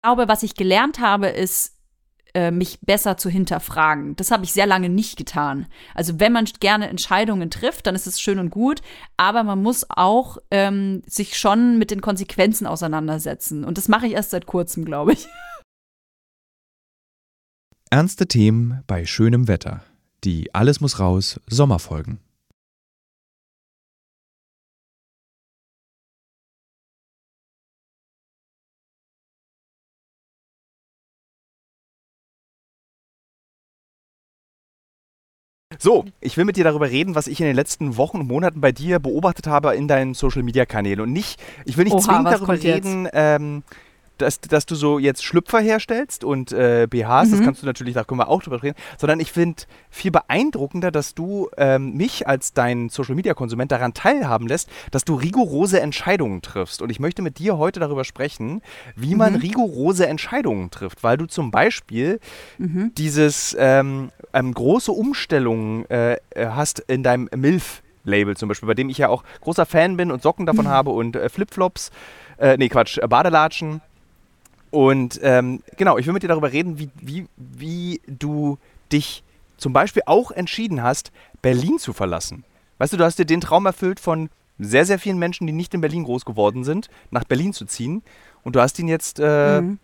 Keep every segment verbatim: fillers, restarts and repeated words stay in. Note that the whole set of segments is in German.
glaube, was ich gelernt habe, ist, äh, mich besser zu hinterfragen. Das habe ich sehr lange nicht getan. Also wenn man gerne Entscheidungen trifft, dann ist es schön und gut, aber man muss auch ähm, sich schon mit den Konsequenzen auseinandersetzen. Und das mache ich erst seit kurzem, glaube ich. Ernste Themen bei schönem Wetter. Die Alles muss raus Sommerfolgen. So, ich will mit dir darüber reden, was ich in den letzten Wochen und Monaten bei dir beobachtet habe in deinen Social-Media-Kanälen. Und nicht, ich will nicht Oha, zwingend was darüber kommt jetzt? reden, ähm, dass, dass du so jetzt Schlüpfer herstellst und äh, B Hs, das Mhm. kannst du natürlich, da können wir auch drüber reden, sondern ich finde viel beeindruckender, dass du ähm, mich als dein Social-Media-Konsument daran teilhaben lässt, dass du rigorose Entscheidungen triffst. Und ich möchte mit dir heute darüber sprechen, wie man Mhm. rigorose Entscheidungen trifft, weil du zum Beispiel Mhm. dieses ähm, ähm, große Umstellungen äh, äh, hast in deinem MILF-Label zum Beispiel, bei dem ich ja auch großer Fan bin und Socken davon habe und äh, Flipflops, äh, nee Quatsch, äh, Badelatschen. Und ähm, genau, ich will mit dir darüber reden, wie, wie, wie du dich zum Beispiel auch entschieden hast, Berlin zu verlassen. Weißt du, du hast dir den Traum erfüllt von sehr, sehr vielen Menschen, die nicht in Berlin groß geworden sind, nach Berlin zu ziehen. Und du hast ihn jetzt äh, Mhm.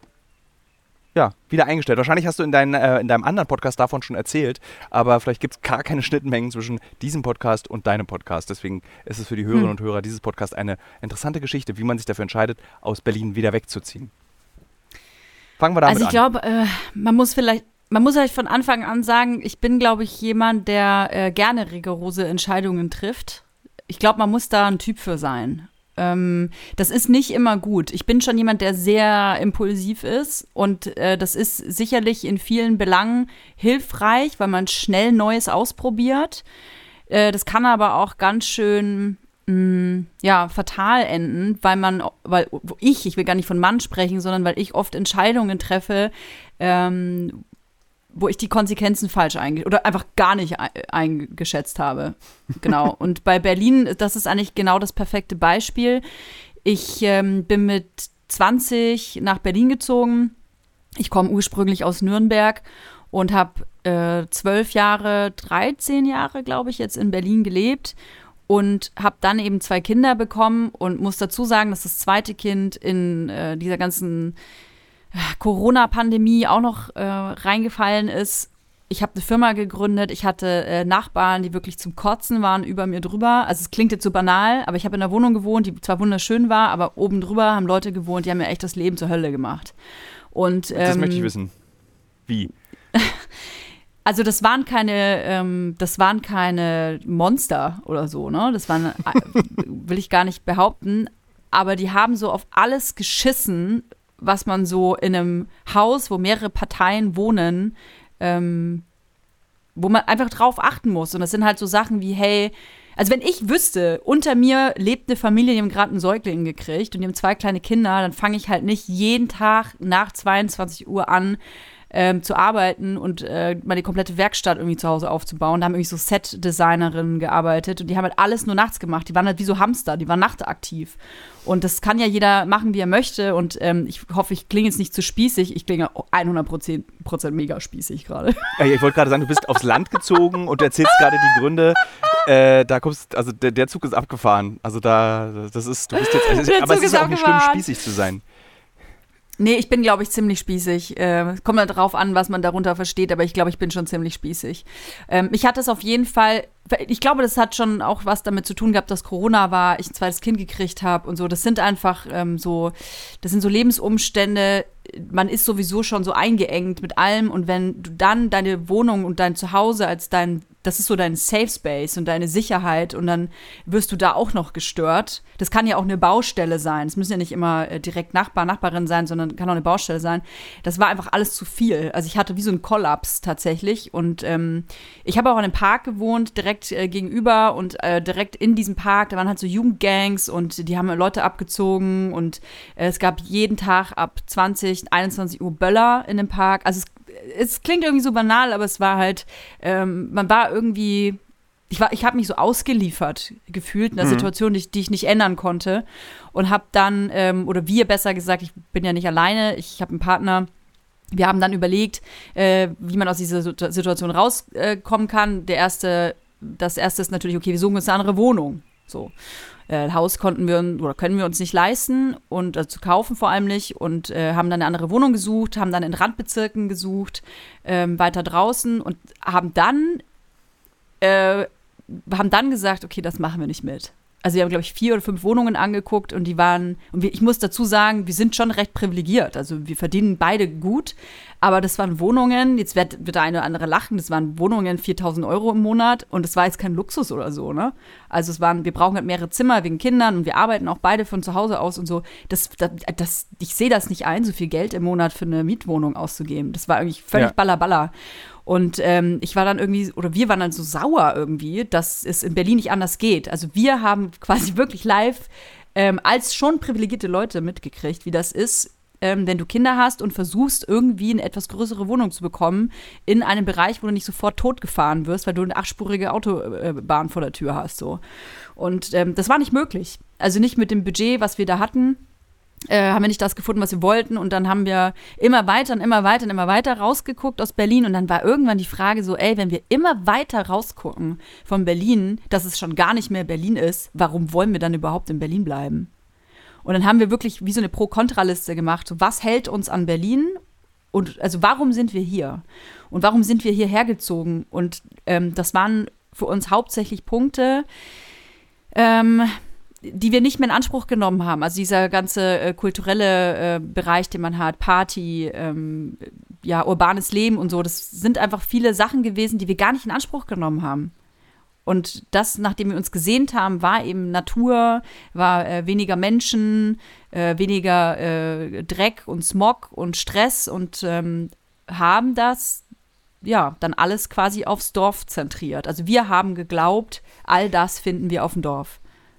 ja, wieder eingestellt. Wahrscheinlich hast du in, dein, äh, in deinem anderen Podcast davon schon erzählt, aber vielleicht gibt es gar keine Schnittmengen zwischen diesem Podcast und deinem Podcast. Deswegen ist es für die Hörerinnen Hm. und Hörer dieses Podcasts eine interessante Geschichte, wie man sich dafür entscheidet, aus Berlin wieder wegzuziehen. Fangen wir damit Also ich an. glaube, äh, man muss vielleicht, man muss halt von Anfang an sagen, ich bin, glaube ich, jemand, der äh, gerne rigorose Entscheidungen trifft. Ich glaube, man muss da ein Typ für sein. Ähm, das ist nicht immer gut. Ich bin schon jemand, der sehr impulsiv ist und äh, das ist sicherlich in vielen Belangen hilfreich, weil man schnell Neues ausprobiert. Äh, das kann aber auch ganz schön mh, ja, fatal enden, weil man, weil ich, ich will gar nicht von Mann sprechen, sondern weil ich oft Entscheidungen treffe, ähm, wo ich die Konsequenzen falsch einge oder einfach gar nicht ei- eingeschätzt habe. Genau. Und bei Berlin, das ist eigentlich genau das perfekte Beispiel. Ich ähm, bin mit zwanzig nach Berlin gezogen. Ich komme ursprünglich aus Nürnberg und habe äh, zwölf Jahre, dreizehn Jahre, glaube ich, jetzt in Berlin gelebt und habe dann eben zwei Kinder bekommen und muss dazu sagen, dass das zweite Kind in äh, dieser ganzen Corona-Pandemie auch noch äh, reingefallen ist. Ich habe eine Firma gegründet, ich hatte äh, Nachbarn, die wirklich zum Kotzen waren über mir drüber. Also es klingt jetzt so banal, aber ich habe in einer Wohnung gewohnt, die zwar wunderschön war, aber oben drüber haben Leute gewohnt, die haben mir echt das Leben zur Hölle gemacht. Und, ähm, Das möchte ich wissen. Wie? Also das waren keine, ähm, das waren keine Monster oder so, ne? Das waren, äh, will ich gar nicht behaupten, aber die haben so auf alles geschissen, was man so in einem Haus, wo mehrere Parteien wohnen, ähm, wo man einfach drauf achten muss. Und das sind halt so Sachen wie, hey, also wenn ich wüsste, unter mir lebt eine Familie, die haben gerade einen Säugling gekriegt und die haben zwei kleine Kinder, dann fange ich halt nicht jeden Tag nach zweiundzwanzig Uhr an, ähm, zu arbeiten und äh, meine komplette Werkstatt irgendwie zu Hause aufzubauen. Da haben irgendwie so Set-Designerinnen gearbeitet und die haben halt alles nur nachts gemacht. Die waren halt wie so Hamster, die waren nachtaktiv. Und das kann ja jeder machen, wie er möchte. Und ähm, ich hoffe, ich klinge jetzt nicht zu spießig. Ich klinge hundert Prozent mega spießig gerade. Äh, Ich wollte gerade sagen, du bist aufs Land gezogen und du erzählst gerade die Gründe. Äh, da kommst, also der, der Zug ist abgefahren. Also da, das ist, du bist jetzt, also, Der aber Zug es ist ist ja auch nicht schlimm, abgefahren. spießig zu sein. Nee, ich bin, glaube ich, ziemlich spießig. Äh, kommt halt drauf an, was man darunter versteht, aber ich glaube, ich bin schon ziemlich spießig. Ähm, ich hatte es auf jeden Fall, ich glaube, das hat schon auch was damit zu tun gehabt, dass Corona war, ich ein zweites Kind gekriegt habe und so. Das sind einfach ähm, so, das sind so Lebensumstände, man ist sowieso schon so eingeengt mit allem und wenn du dann deine Wohnung und dein Zuhause als dein, das ist so dein Safe Space und deine Sicherheit und dann wirst du da auch noch gestört. Das kann ja auch eine Baustelle sein. Es müssen ja nicht immer äh, direkt Nachbar, Nachbarin sein, sondern kann auch eine Baustelle sein. Das war einfach alles zu viel. Also ich hatte wie so einen Kollaps tatsächlich und ähm, ich habe auch in einem Park gewohnt, direkt äh, gegenüber und äh, direkt in diesem Park, da waren halt so Jugendgangs und die haben Leute abgezogen und äh, es gab jeden Tag ab zwanzig, einundzwanzig Uhr Böller in dem Park. Also es, es klingt irgendwie so banal, aber es war halt, ähm, man war irgendwie, ich war, ich habe mich so ausgeliefert gefühlt in einer mhm. Situation, die, die ich nicht ändern konnte und habe dann, ähm, oder wir besser gesagt, ich bin ja nicht alleine, ich habe einen Partner. Wir haben dann überlegt, äh, wie man aus dieser Situation rauskommen äh, kann. Der erste, das erste ist natürlich, okay, wir suchen uns eine andere Wohnung. So, äh, Haus konnten wir oder können wir uns nicht leisten und äh, zu kaufen vor allem nicht und äh, haben dann eine andere Wohnung gesucht, haben dann in Randbezirken gesucht, äh, weiter draußen und haben dann, äh, haben dann gesagt, okay, das machen wir nicht mit. Also wir haben, glaube ich, vier oder fünf Wohnungen angeguckt und die waren, und wir, ich muss dazu sagen, wir sind schon recht privilegiert. Also wir verdienen beide gut, aber das waren Wohnungen, jetzt wird, wird der eine oder andere lachen, das waren Wohnungen viertausend Euro im Monat und das war jetzt kein Luxus oder so, ne? Also es waren, wir brauchen halt mehrere Zimmer wegen Kindern und wir arbeiten auch beide von zu Hause aus und so. Das, das, das, ich sehe das nicht ein, so viel Geld im Monat für eine Mietwohnung auszugeben. Das war eigentlich völlig ja. ballerballer. Und ähm, ich war dann irgendwie, oder wir waren dann so sauer irgendwie, dass es in Berlin nicht anders geht. Also wir haben quasi wirklich live ähm, als schon privilegierte Leute mitgekriegt, wie das ist, ähm, wenn du Kinder hast und versuchst, irgendwie eine etwas größere Wohnung zu bekommen in einem Bereich, wo du nicht sofort totgefahren wirst, weil du eine achtspurige Autobahn vor der Tür hast. So. Und ähm, das war nicht möglich. Also nicht mit dem Budget, was wir da hatten. Äh, haben wir nicht das gefunden, was wir wollten und dann haben wir immer weiter und immer weiter und immer weiter rausgeguckt aus Berlin und dann war irgendwann die Frage so, ey, wenn wir immer weiter rausgucken von Berlin, dass es schon gar nicht mehr Berlin ist, warum wollen wir dann überhaupt in Berlin bleiben? Und dann haben wir wirklich wie so eine Pro-Kontra-Liste gemacht, so, was hält uns an Berlin und also warum sind wir hier? Und warum sind wir hierher gezogen? Und ähm, das waren für uns hauptsächlich Punkte, ähm, die wir nicht mehr in Anspruch genommen haben. Also dieser ganze äh, kulturelle äh, Bereich, den man hat, Party, ähm, ja, urbanes Leben und so, das sind einfach viele Sachen gewesen, die wir gar nicht in Anspruch genommen haben. Und das, nachdem wir uns gesehnt haben, war eben Natur, war äh, weniger Menschen, äh, weniger äh, Dreck und Smog und Stress und ähm, haben das, ja, dann alles quasi aufs Dorf zentriert. Also wir haben geglaubt, all das finden wir auf dem Dorf.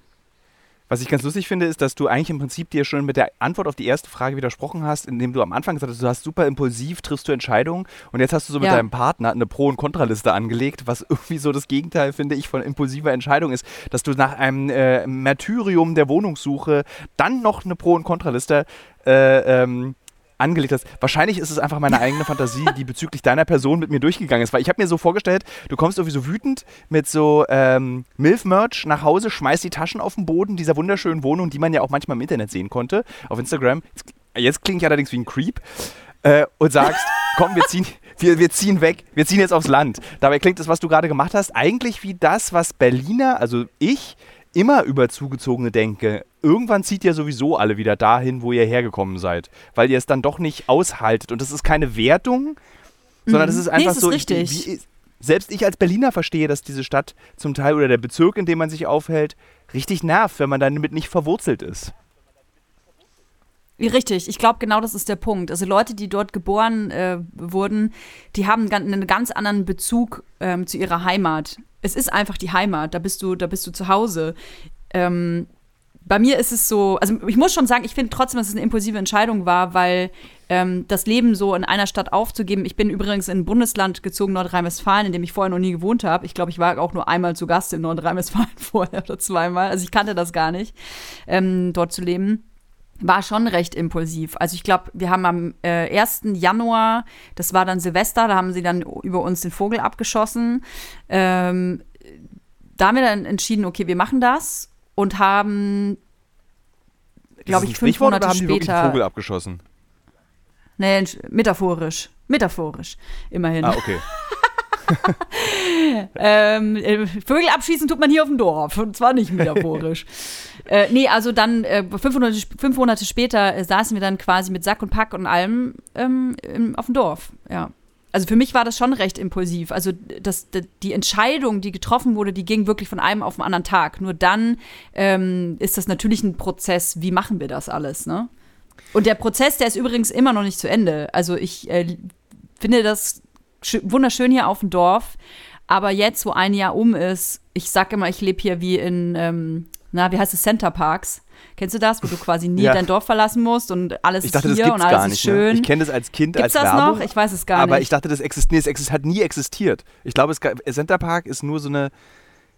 Was ich ganz lustig finde, ist, dass du eigentlich im Prinzip dir schon mit der Antwort auf die erste Frage widersprochen hast, indem du am Anfang gesagt hast, du hast super impulsiv, triffst du Entscheidungen und jetzt hast du so mit ja. deinem Partner eine Pro- und Kontraliste angelegt, was irgendwie so das Gegenteil, finde ich, von impulsiver Entscheidung ist, dass du nach einem äh, Martyrium der Wohnungssuche dann noch eine Pro- und Kontraliste äh, ähm, angelegt hast. Wahrscheinlich ist es einfach meine eigene Fantasie, die bezüglich deiner Person mit mir durchgegangen ist, weil ich habe mir so vorgestellt, du kommst irgendwie so wütend mit so ähm, Milf-Merch nach Hause, schmeißt die Taschen auf den Boden dieser wunderschönen Wohnung, die man ja auch manchmal im Internet sehen konnte, auf Instagram. Jetzt, jetzt klinge ich allerdings wie ein Creep äh, und sagst, komm, wir ziehen, wir, wir ziehen weg, wir ziehen jetzt aufs Land. Dabei klingt das, was du gerade gemacht hast, eigentlich wie das, was Berliner, also ich, immer über Zugezogene denke. Irgendwann zieht ihr sowieso alle wieder dahin, wo ihr hergekommen seid, weil ihr es dann doch nicht aushaltet. Und das ist keine Wertung, sondern das ist einfach nee, ist so, ich, wie, selbst ich als Berliner verstehe, dass diese Stadt zum Teil oder der Bezirk, in dem man sich aufhält, richtig nervt, wenn man damit nicht verwurzelt ist. Richtig, ich glaube, genau das ist der Punkt. Also Leute, die dort geboren äh, wurden, die haben einen ganz anderen Bezug ähm, zu ihrer Heimat. Es ist einfach die Heimat, da bist du, da bist du zu Hause. Ähm, bei mir ist es so, also ich muss schon sagen, ich finde trotzdem, dass es eine impulsive Entscheidung war, weil ähm, das Leben so in einer Stadt aufzugeben, ich bin übrigens in ein Bundesland gezogen, Nordrhein-Westfalen, in dem ich vorher noch nie gewohnt habe. Ich glaube, ich war auch nur einmal zu Gast in Nordrhein-Westfalen vorher oder zweimal. Also ich kannte das gar nicht, ähm, dort zu leben. War schon recht impulsiv. Also ich glaube, wir haben am äh, ersten Januar, das war dann Silvester, da haben sie dann über uns den Vogel abgeschossen. Ähm, da haben wir dann entschieden, okay, wir machen das und haben, glaube ich, fünf Monate oder haben später. Die wirklich den Vogel abgeschossen? Nee, metaphorisch. Metaphorisch, immerhin. Ah, okay. ähm, Vögel abschießen tut man hier auf dem Dorf und zwar nicht metaphorisch. äh, nee, also dann äh, fünf, Monate, fünf Monate später äh, saßen wir dann quasi mit Sack und Pack und allem ähm, im, auf dem Dorf, ja. Also für mich war das schon recht impulsiv. Also das, die Entscheidung, die getroffen wurde, die ging wirklich von einem auf den anderen Tag. Nur dann ähm, ist das natürlich ein Prozess, wie machen wir das alles, ne? Und der Prozess, der ist übrigens immer noch nicht zu Ende. Also ich äh, finde das wunderschön hier auf dem Dorf, aber jetzt, wo ein Jahr um ist, ich sag immer, ich lebe hier wie in, ähm, na, wie heißt es, Center Parks. Kennst du das, wo du quasi nie ja. dein Dorf verlassen musst und alles ich dachte, ist hier das und alles gar ist nicht, schön? Ne? Ich kenne das als Kind Gibt's als das Werbung. noch? Ich weiß es gar aber nicht. Aber ich dachte, das, exist- nee, das exist- hat nie existiert. Ich glaube, es Center Park ist nur so eine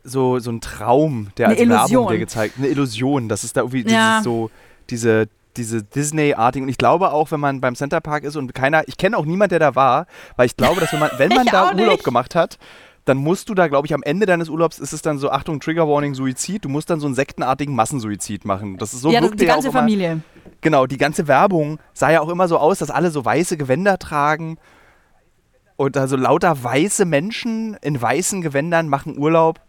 so, so ein Traum, der Eine als Werbung Illusion. dir gezeigt, eine Illusion, das ist da irgendwie Ja. dieses so, diese, diese Disney-artigen, und ich glaube auch, wenn man beim Centerpark ist und keiner, ich kenne auch niemand, der da war, weil ich glaube, dass wenn man, wenn man Ich da auch Urlaub nicht. gemacht hat, dann musst du da, glaube ich, am Ende deines Urlaubs ist es dann so, Achtung, Trigger Warning, Suizid, du musst dann so einen sektenartigen Massensuizid machen. Das ist so ja, das, wirkte die ja ganze auch immer, Familie. genau, die ganze Werbung sah ja auch immer so aus, dass alle so weiße Gewänder tragen und da so lauter weiße Menschen in weißen Gewändern machen Urlaub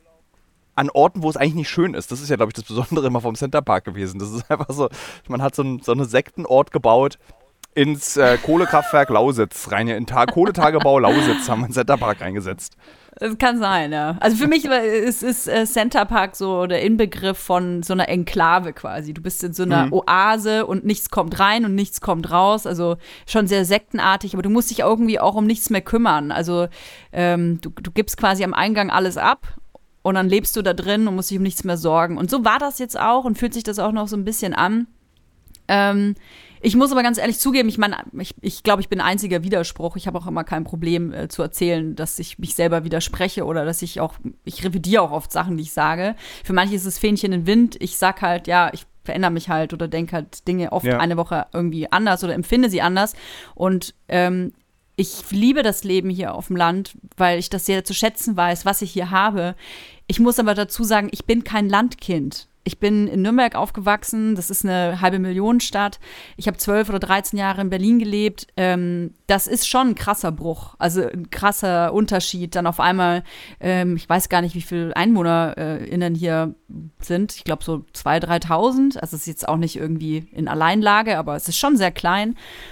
an Orten, wo es eigentlich nicht schön ist. Das ist ja, glaube ich, das Besondere immer vom Centerpark gewesen. Das ist einfach so, man hat so, ein, so einen Sektenort gebaut ins äh, Kohlekraftwerk Lausitz rein. In Ta- Kohletagebau Lausitz haben wir einen Centerpark reingesetzt. Das kann sein, ja. Also für mich war- ist, ist äh, Centerpark so der Inbegriff von so einer Enklave quasi. Du bist in so einer Mhm. Oase und nichts kommt rein und nichts kommt raus. Also schon sehr sektenartig, aber du musst dich irgendwie auch um nichts mehr kümmern. Also ähm, du, du gibst quasi am Eingang alles ab und dann lebst du da drin und musst dich um nichts mehr sorgen. Und so war das jetzt auch und fühlt sich das auch noch so ein bisschen an. Ähm, ich muss aber ganz ehrlich zugeben, ich meine, ich, ich glaube, ich bin ein einziger Widerspruch. Ich habe auch immer kein Problem äh, zu erzählen, dass ich mich selber widerspreche oder dass ich auch, ich revidiere auch oft Sachen, die ich sage. Für manche ist es Fähnchen im Wind. Ich sag halt, ja, ich verändere mich halt oder denke halt Dinge oft Ja. eine Woche irgendwie anders oder empfinde sie anders. Und ähm, ich liebe das Leben hier auf dem Land, weil ich das sehr zu schätzen weiß, was ich hier habe. Ich muss aber dazu sagen, ich bin kein Landkind. Ich bin in Nürnberg aufgewachsen, das ist eine halbe Millionenstadt. Ich habe zwölf oder dreizehn Jahre in Berlin gelebt. Ähm, das ist schon ein krasser Bruch, also ein krasser Unterschied. Dann auf einmal, ähm, ich weiß gar nicht, wie viele EinwohnerInnen hier sind. Ich glaube so zweitausend, dreitausend. Also es ist jetzt auch nicht irgendwie in Alleinlage, aber es ist schon sehr klein.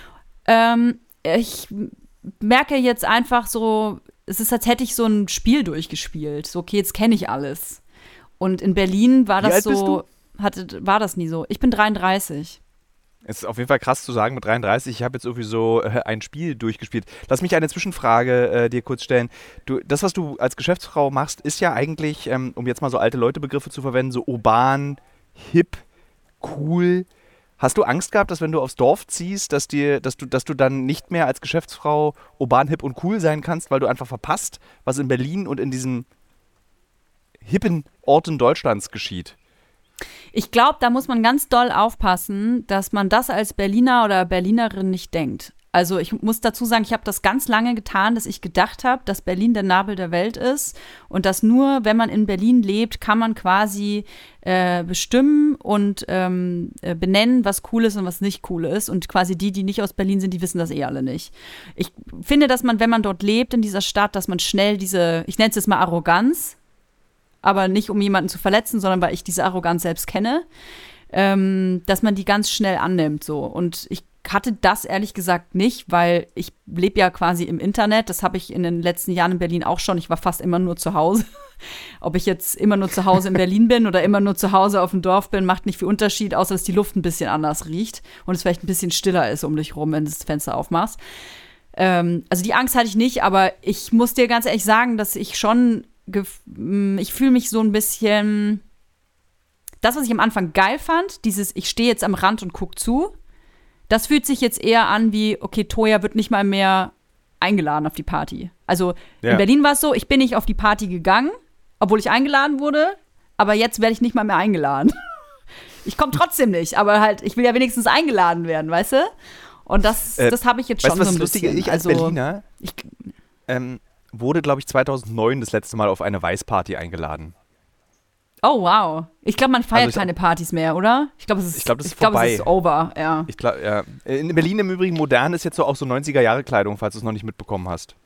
Ähm, ich merke jetzt einfach so, es ist, als hätte ich so ein Spiel durchgespielt. So, okay, jetzt kenne ich alles. Und in Berlin war Wie das alt bist so, hatte, war das nie so. Ich bin dreiunddreißig. Es ist auf jeden Fall krass zu sagen mit dreiunddreißig, ich habe jetzt irgendwie so äh, ein Spiel durchgespielt. Lass mich eine Zwischenfrage äh, dir kurz stellen. Du, das, was du als Geschäftsfrau machst, ist ja eigentlich, ähm, um jetzt mal so alte Leute-Begriffe zu verwenden, so urban, hip, cool. Hast du Angst gehabt, dass wenn du aufs Dorf ziehst, dass, dir, dass, du, dass du dann nicht mehr als Geschäftsfrau urban, hip und cool sein kannst, weil du einfach verpasst, was in Berlin und in diesen hippen Orten Deutschlands geschieht? Ich glaube, da muss man ganz doll aufpassen, dass man das als Berliner oder Berlinerin nicht denkt. Also ich muss dazu sagen, ich habe das ganz lange getan, dass ich gedacht habe, dass Berlin der Nabel der Welt ist und dass nur, wenn man in Berlin lebt, kann man quasi äh, bestimmen und ähm, äh, benennen, was cool ist und was nicht cool ist. Und quasi die, die nicht aus Berlin sind, die wissen das eh alle nicht. Ich finde, dass man, wenn man dort lebt in dieser Stadt, dass man schnell diese, ich nenne es jetzt mal Arroganz, aber nicht um jemanden zu verletzen, sondern weil ich diese Arroganz selbst kenne, ähm, dass man die ganz schnell annimmt so. Und ich hatte das ehrlich gesagt nicht, weil ich lebe ja quasi im Internet. Das habe ich in den letzten Jahren in Berlin auch schon. Ich war fast immer nur zu Hause. Ob ich jetzt immer nur zu Hause in Berlin bin oder immer nur zu Hause auf dem Dorf bin, macht nicht viel Unterschied, außer dass die Luft ein bisschen anders riecht und es vielleicht ein bisschen stiller ist um dich rum, wenn du das Fenster aufmachst. Ähm, also die Angst hatte ich nicht, aber ich muss dir ganz ehrlich sagen, dass ich schon gef- ich fühle mich so ein bisschen, das, was ich am Anfang geil fand, dieses ich stehe jetzt am Rand und guck zu, das fühlt sich jetzt eher an wie, okay, Toya wird nicht mal mehr eingeladen auf die Party. Also Ja. in Berlin war es so, ich bin nicht auf die Party gegangen, obwohl ich eingeladen wurde, aber jetzt werde ich nicht mal mehr eingeladen. Ich komme trotzdem nicht, aber halt, ich will ja wenigstens eingeladen werden, weißt du? Und das, Äh, das habe ich jetzt Weißt schon du, was so ein das Lustige bisschen. ist? Ich als also, Berliner ich, ähm, wurde, glaube ich, zweitausendneun das letzte Mal auf eine Weißparty eingeladen. oh, wow. Ich glaube, man feiert Also ich- keine Partys mehr, oder? Ich glaube, es ist, Ich glaub, das ist ich glaub, vorbei. es ist over, ja. Ich glaube, ja. In Berlin im Übrigen modern ist jetzt so auch so neunziger-Jahre-Kleidung, falls du es noch nicht mitbekommen hast.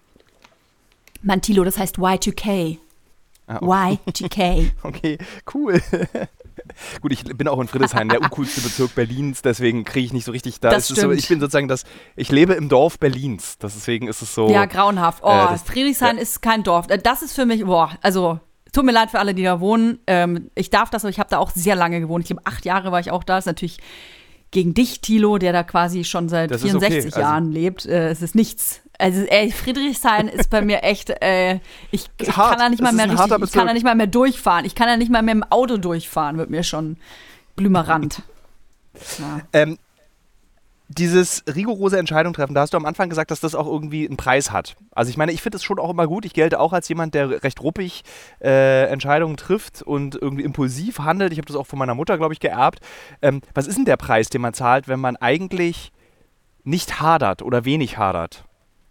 Mann, Thilo, das heißt Y zwei K. Ah, okay. Y zwei K. Okay, cool. Gut, ich bin auch in Friedrichshain, der uncoolste Bezirk Berlins, deswegen kriege ich nicht so richtig da. Das Es ist so, stimmt. ich bin sozusagen das, ich lebe im Dorf Berlins, deswegen ist es so. Ja, grauenhaft. Oh, äh, das- Friedrichshain ist kein Dorf. Äh, Das ist für mich, boah, also tut mir leid für alle, die da wohnen. Ähm, ich darf das, aber ich habe da auch sehr lange gewohnt. Ich glaube, acht Jahre war ich auch da. Das ist natürlich gegen dich, Thilo, der da quasi schon seit Das ist okay. vierundsechzig Also- Jahren lebt. Äh, es ist nichts. Also, ey, Friedrichshain ist bei mir echt, äh, ich, ich Ist hart. kann da nicht Es mal ist mehr ein richtig, harter ich kann Bezirk. da nicht mal mehr durchfahren. Ich kann da nicht mal mehr im Auto durchfahren, wird mir schon blümerant. Ja. Ähm, dieses rigorose Entscheidung treffen, da hast du am Anfang gesagt, dass das auch irgendwie einen Preis hat. Also ich meine, ich finde es schon auch immer gut. Ich gelte auch als jemand, der recht ruppig äh, Entscheidungen trifft und irgendwie impulsiv handelt. Ich habe das auch von meiner Mutter, glaube ich, geerbt. Ähm, was ist denn der Preis, den man zahlt, wenn man eigentlich nicht hadert oder wenig hadert?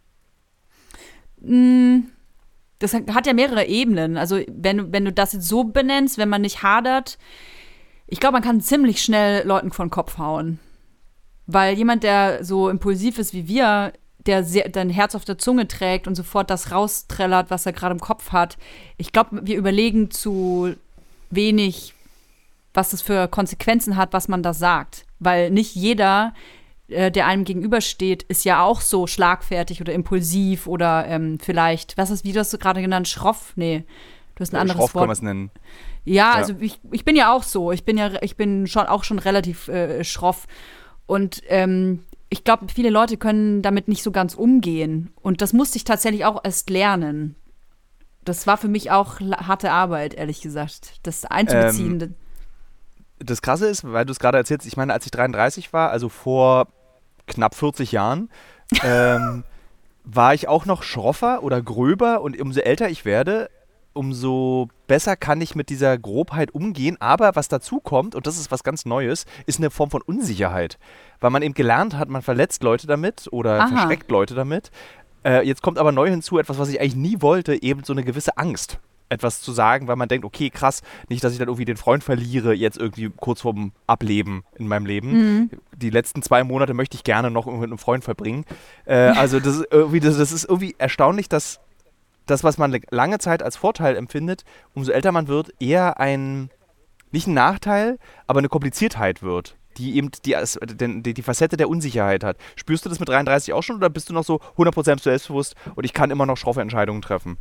Das hat ja mehrere Ebenen. Also wenn, wenn du das jetzt so benennst, wenn man nicht hadert, ich glaube, man kann ziemlich schnell Leuten vor den Kopf hauen. Weil jemand, der so impulsiv ist wie wir, der sehr, dein Herz auf der Zunge trägt und sofort das rausträllert, was er gerade im Kopf hat. Ich glaube, wir überlegen zu wenig, was das für Konsequenzen hat, was man da sagt. Weil nicht jeder, äh, der einem gegenübersteht, ist ja auch so schlagfertig oder impulsiv oder ähm, vielleicht, was ist, wie du hast du gerade genannt, schroff? Nee, du hast ein anderes Schroff Wort. kann man es nennen. Ja, Ja. also ich, ich bin ja auch so. Ich bin ja, ich bin schon auch schon relativ äh, schroff. Und ähm, ich glaube, viele Leute können damit nicht so ganz umgehen. Und das musste ich tatsächlich auch erst lernen. Das war für mich auch la- harte Arbeit, ehrlich gesagt. Das einzubeziehen. Ähm, Das Krasse ist, weil du es gerade erzählst, ich meine, als ich dreiunddreißig war, also vor knapp vierzig Jahren, ähm, war ich auch noch schroffer oder gröber und umso älter ich werde, umso besser kann ich mit dieser Grobheit umgehen. Aber was dazu kommt, und das ist was ganz Neues, ist eine Form von Unsicherheit. Weil man eben gelernt hat, man verletzt Leute damit oder Aha. verschreckt Leute damit. Äh, jetzt kommt aber neu hinzu, etwas, was ich eigentlich nie wollte, eben so eine gewisse Angst. Etwas zu sagen, weil man denkt, okay, krass, nicht, dass ich dann irgendwie den Freund verliere, jetzt irgendwie kurz vorm Ableben in meinem Leben. Mhm. Die letzten zwei Monate möchte ich gerne noch mit einem Freund verbringen. Äh, also das ist, irgendwie, das, das ist irgendwie erstaunlich, dass das, was man lange Zeit als Vorteil empfindet, umso älter man wird, eher ein, nicht ein Nachteil, aber eine Kompliziertheit wird, die eben die, die, die Facette der Unsicherheit hat. Spürst du das mit dreiunddreißig auch schon oder bist du noch so hundert Prozent selbstbewusst und ich kann immer noch schroffe Entscheidungen treffen?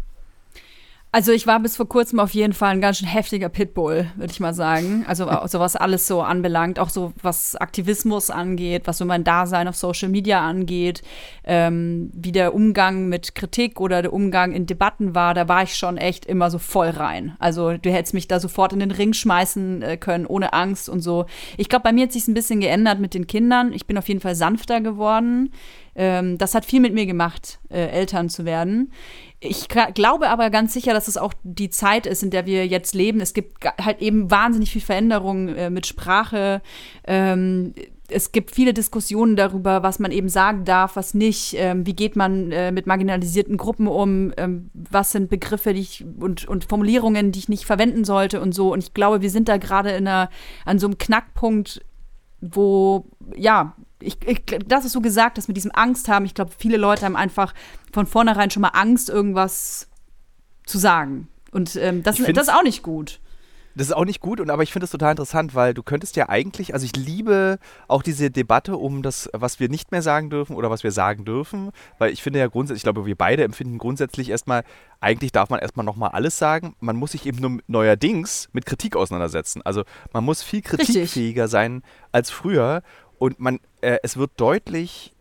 Also ich war bis vor kurzem auf jeden Fall ein ganz schön heftiger Pitbull, würde ich mal sagen. Also so was alles so anbelangt, auch so was Aktivismus angeht, was so mein Dasein auf Social Media angeht, ähm, wie der Umgang mit Kritik oder der Umgang in Debatten war, da war ich schon echt immer so voll rein. Also du hättest mich da sofort in den Ring schmeißen äh, können, ohne Angst und so. Ich glaube, bei mir hat sich ein bisschen geändert mit den Kindern. Ich bin auf jeden Fall sanfter geworden. Ähm, das hat viel mit mir gemacht, äh, Eltern zu werden. Ich k- glaube aber ganz sicher, dass es auch die Zeit ist, in der wir jetzt leben. Es gibt ga- halt eben wahnsinnig viel Veränderung äh, mit Sprache. Ähm, es gibt viele Diskussionen darüber, was man eben sagen darf, was nicht. Ähm, wie geht man äh, mit marginalisierten Gruppen um? Ähm, was sind Begriffe die ich, und, und Formulierungen, die ich nicht verwenden sollte und so. Und ich glaube, wir sind da gerade in einer, an so einem Knackpunkt, wo, ja, ich, ich, das ist so gesagt, dass mit diesem Angst haben. Ich glaube, viele Leute haben einfach von vornherein schon mal Angst, irgendwas zu sagen. Und ähm, das, das ist auch nicht gut. Das ist auch nicht gut, und aber ich finde es total interessant, weil du könntest ja eigentlich, also ich liebe auch diese Debatte um das, was wir nicht mehr sagen dürfen oder was wir sagen dürfen, weil ich finde ja grundsätzlich, ich glaube, wir beide empfinden grundsätzlich erstmal, eigentlich darf man erstmal nochmal alles sagen, man muss sich eben nur neuerdings mit Kritik auseinandersetzen. Also man muss viel kritikfähiger Richtig. sein als früher, und man, äh, es wird deutlich,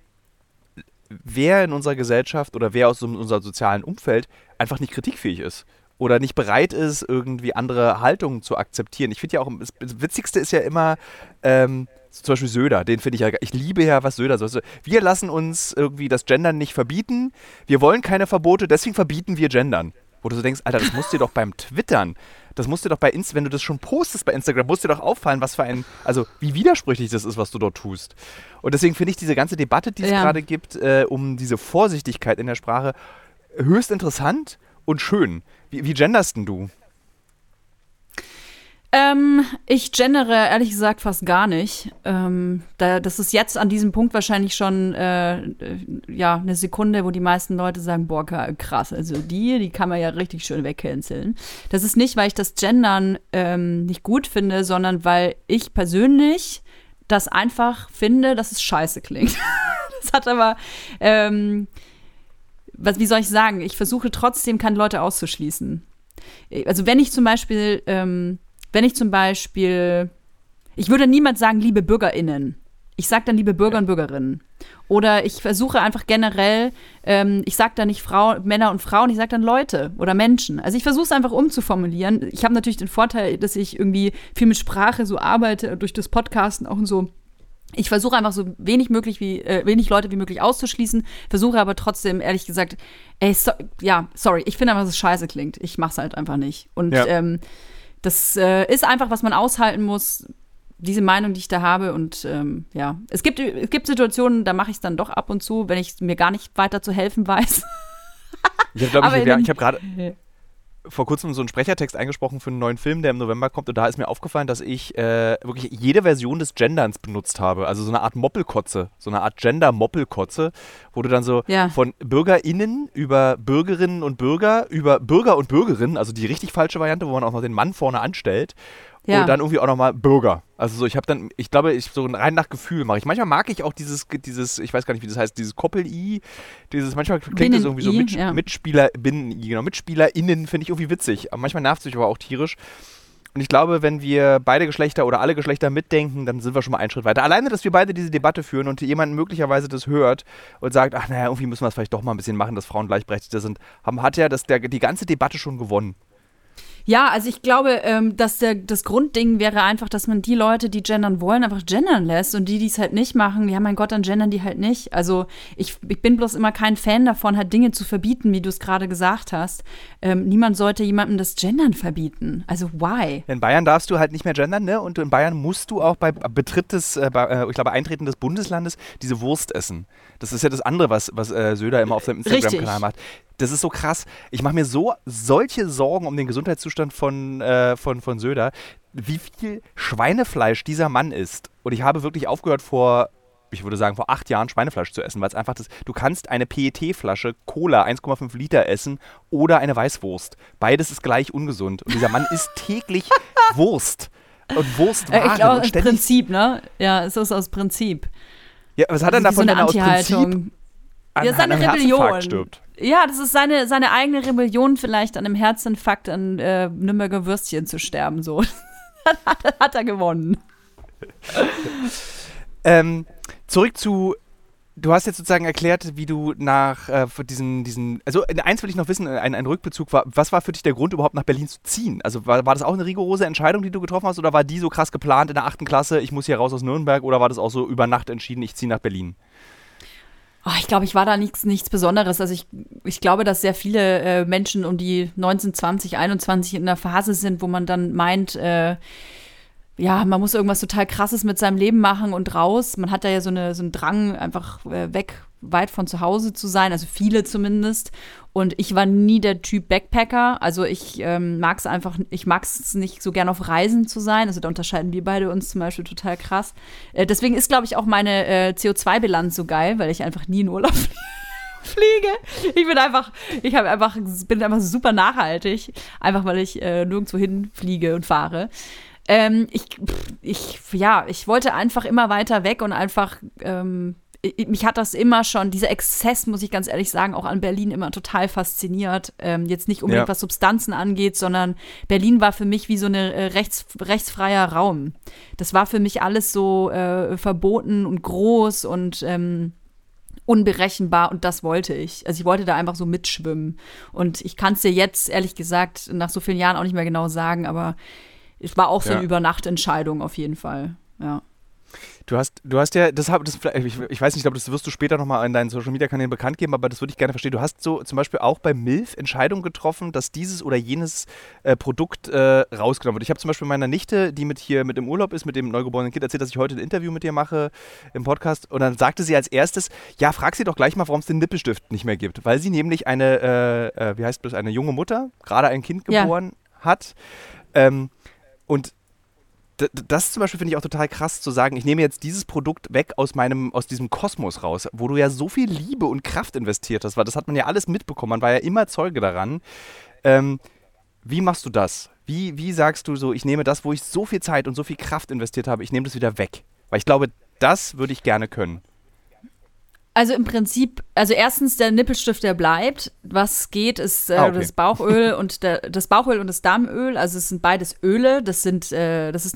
wer in unserer Gesellschaft oder wer aus unserem sozialen Umfeld einfach nicht kritikfähig ist. Oder nicht bereit ist, irgendwie andere Haltungen zu akzeptieren. Ich finde ja auch, das Witzigste ist ja immer, ähm, zum Beispiel Söder, den finde ich ja, ich liebe ja, was Söder so. Also wir lassen uns irgendwie das Gendern nicht verbieten, wir wollen keine Verbote, deswegen verbieten wir Gendern. Wo du so denkst, Alter, das musst dir doch beim Twittern, das musst dir doch bei Insta, wenn du das schon postest bei Instagram, muss dir doch auffallen, was für ein, also wie widersprüchlich das ist, was du dort tust. Und deswegen finde ich diese ganze Debatte, die es Ja. gerade gibt, äh, um diese Vorsichtigkeit in der Sprache, höchst interessant und schön. Wie, wie genderst denn du? Ähm, ich gendere ehrlich gesagt fast gar nicht. Ähm, da, das ist jetzt an diesem Punkt wahrscheinlich schon äh, äh, ja, eine Sekunde, wo die meisten Leute sagen, boah, krass, also die, die kann man ja richtig schön wegcanceln. Das ist nicht, weil ich das Gendern ähm, nicht gut finde, sondern weil ich persönlich das einfach finde, dass es scheiße klingt. Das hat aber ähm, was, wie soll ich sagen, ich versuche trotzdem, keine Leute auszuschließen. Also wenn ich zum Beispiel, ähm, wenn ich zum Beispiel, ich würde niemals sagen, liebe BürgerInnen. Ich sage dann liebe Bürger und Bürgerinnen. Oder ich versuche einfach generell, ähm, ich sage dann nicht Frau, Männer und Frauen, ich sage dann Leute oder Menschen. Also ich versuche es einfach umzuformulieren. Ich habe natürlich den Vorteil, dass ich irgendwie viel mit Sprache so arbeite, durch das Podcasten auch und so. Ich versuche einfach so wenig möglich wie äh, wenig Leute wie möglich auszuschließen, versuche aber trotzdem, ehrlich gesagt, ey, so, ja, sorry, ich finde einfach, dass es scheiße klingt. Ich mach's halt einfach nicht. Und ja. ähm, das äh, ist einfach, was man aushalten muss, diese Meinung, die ich da habe. Und ähm, ja, es gibt, es gibt Situationen, da mache ich es dann doch ab und zu, wenn ich mir gar nicht weiter zu helfen weiß. Ich glaube, ich, ja, ich habe gerade vor kurzem so einen Sprechertext eingesprochen für einen neuen Film, der im November kommt, und da ist mir aufgefallen, dass ich äh, wirklich jede Version des Genderns benutzt habe. Also so eine Art Moppelkotze, so eine Art Gender-Moppelkotze, wo du dann so ja. von BürgerInnen über Bürgerinnen und Bürger, über Bürger und Bürgerinnen, also die richtig falsche Variante, wo man auch noch den Mann vorne anstellt, ja. und dann irgendwie auch nochmal Bürger. Also so, ich habe dann, ich glaube, ich so rein nach Gefühl mache ich. Manchmal mag ich auch dieses, dieses, ich weiß gar nicht, wie das heißt, dieses Koppel-I, dieses, manchmal klingt Binnen das irgendwie so, mit, ja. Mitspieler, Binnen-I, genau, MitspielerInnen finde ich irgendwie witzig. Aber manchmal nervt es mich aber auch tierisch. Und ich glaube, wenn wir beide Geschlechter oder alle Geschlechter mitdenken, dann sind wir schon mal einen Schritt weiter. Alleine, dass wir beide diese Debatte führen und jemand möglicherweise das hört und sagt, ach naja, irgendwie müssen wir es vielleicht doch mal ein bisschen machen, dass Frauen gleichberechtigter sind, haben, hat ja das, der, die ganze Debatte schon gewonnen. Ja, also ich glaube, ähm, dass der, das Grundding wäre einfach, dass man die Leute, die gendern wollen, einfach gendern lässt, und die, die es halt nicht machen, ja mein Gott, dann gendern die halt nicht. Also ich, ich bin bloß immer kein Fan davon, halt Dinge zu verbieten, wie du es gerade gesagt hast. Ähm, niemand sollte jemandem das Gendern verbieten. Also why? In Bayern darfst du halt nicht mehr gendern, ne? Und in Bayern musst du auch bei Betritt des, äh, bei, äh, ich glaube, Eintreten des Bundeslandes diese Wurst essen. Das ist ja das andere, was, was äh, Söder immer auf seinem Instagram-Kanal macht. Das ist so krass. Ich mache mir so solche Sorgen um den Gesundheitszustand von, äh, von, von Söder, wie viel Schweinefleisch dieser Mann isst. Und ich habe wirklich aufgehört vor, ich würde sagen, vor acht Jahren Schweinefleisch zu essen, weil es einfach das, du kannst eine P E T-Flasche Cola eins Komma fünf Liter essen oder eine Weißwurst. Beides ist gleich ungesund. Und dieser Mann isst täglich Wurst. Und Wurstwaren. Ich glaube, aus Prinzip, ne? Ja, es ist aus Prinzip. Ja, was hat er also davon, so wenn er aus Prinzip an, ja, seine an einem Rebellion stirbt? Ja, das ist seine, seine eigene Rebellion, vielleicht an einem Herzinfarkt an äh, Nürnberger Würstchen zu sterben. So. hat, hat er gewonnen. ähm, zurück zu, du hast jetzt sozusagen erklärt, wie du nach äh, diesen, diesen, also eins will ich noch wissen, ein, ein Rückbezug war, was war für dich der Grund, überhaupt nach Berlin zu ziehen? Also war, war das auch eine rigorose Entscheidung, die du getroffen hast, oder war die so krass geplant in der achten Klasse, ich muss hier raus aus Nürnberg, oder war das auch so über Nacht entschieden, ich ziehe nach Berlin? Oh, ich glaube, ich war da nichts, nichts Besonderes. Also ich, ich glaube, dass sehr viele äh, Menschen um die neunzehn, zwanzig, einundzwanzig in einer Phase sind, wo man dann meint, äh, ja, man muss irgendwas total Krasses mit seinem Leben machen und raus. Man hat da ja so, eine, so einen Drang, einfach äh, weg, weit von zu Hause zu sein, also viele zumindest. Und ich war nie der Typ Backpacker. Also ich ähm, mag es einfach, ich mag es nicht so gern auf Reisen zu sein. Also da unterscheiden wir beide uns zum Beispiel total krass. Äh, deswegen ist, glaube ich, auch meine äh, C O zwei Bilanz so geil, weil ich einfach nie in Urlaub fliege. Ich bin einfach, ich habe einfach, bin einfach super nachhaltig, einfach weil ich äh, nirgendwo hinfliege und fahre. Ähm, ich, ich, ja, ich wollte einfach immer weiter weg und einfach, ähm, mich hat das immer schon, dieser Exzess, muss ich ganz ehrlich sagen, auch an Berlin immer total fasziniert. Ähm, jetzt nicht unbedingt, ja. was Substanzen angeht, sondern Berlin war für mich wie so ein äh, rechts, rechtsfreier Raum. Das war für mich alles so äh, verboten und groß und ähm, unberechenbar, und das wollte ich. Also ich wollte da einfach so mitschwimmen. Und ich kann es dir jetzt, ehrlich gesagt, nach so vielen Jahren auch nicht mehr genau sagen, aber es war auch so eine ja. Übernachtentscheidung auf jeden Fall, ja. Du hast, du hast ja, das, das ich, ich weiß nicht, ich glaube, das wirst du später nochmal in deinen Social-Media-Kanälen bekannt geben, aber das würde ich gerne verstehen. Du hast so zum Beispiel auch bei MILF Entscheidungen getroffen, dass dieses oder jenes äh, Produkt äh, rausgenommen wird. Ich habe zum Beispiel meiner Nichte, die mit hier mit im Urlaub ist, mit dem neugeborenen Kind, erzählt, dass ich heute ein Interview mit ihr mache im Podcast, und dann sagte sie als erstes, ja, frag sie doch gleich mal, warum es den Nippelstift nicht mehr gibt, weil sie nämlich eine, äh, äh, wie heißt das, eine junge Mutter, gerade ein Kind geboren ja. hat, ähm, und das zum Beispiel finde ich auch total krass zu sagen, ich nehme jetzt dieses Produkt weg aus meinem, aus diesem Kosmos raus, wo du ja so viel Liebe und Kraft investiert hast, weil das hat man ja alles mitbekommen, man war ja immer Zeuge daran. Ähm, wie machst du das? Wie, wie sagst du so, ich nehme das, wo ich so viel Zeit und so viel Kraft investiert habe, ich nehme das wieder weg? Weil ich glaube, das würde ich gerne können. Also im Prinzip, also erstens der Nippelstift, der bleibt. Was geht, ist äh, ah, okay. das Bauchöl und der, das Bauchöl und das Darmöl. Also es sind beides Öle. Das sind, äh, das ist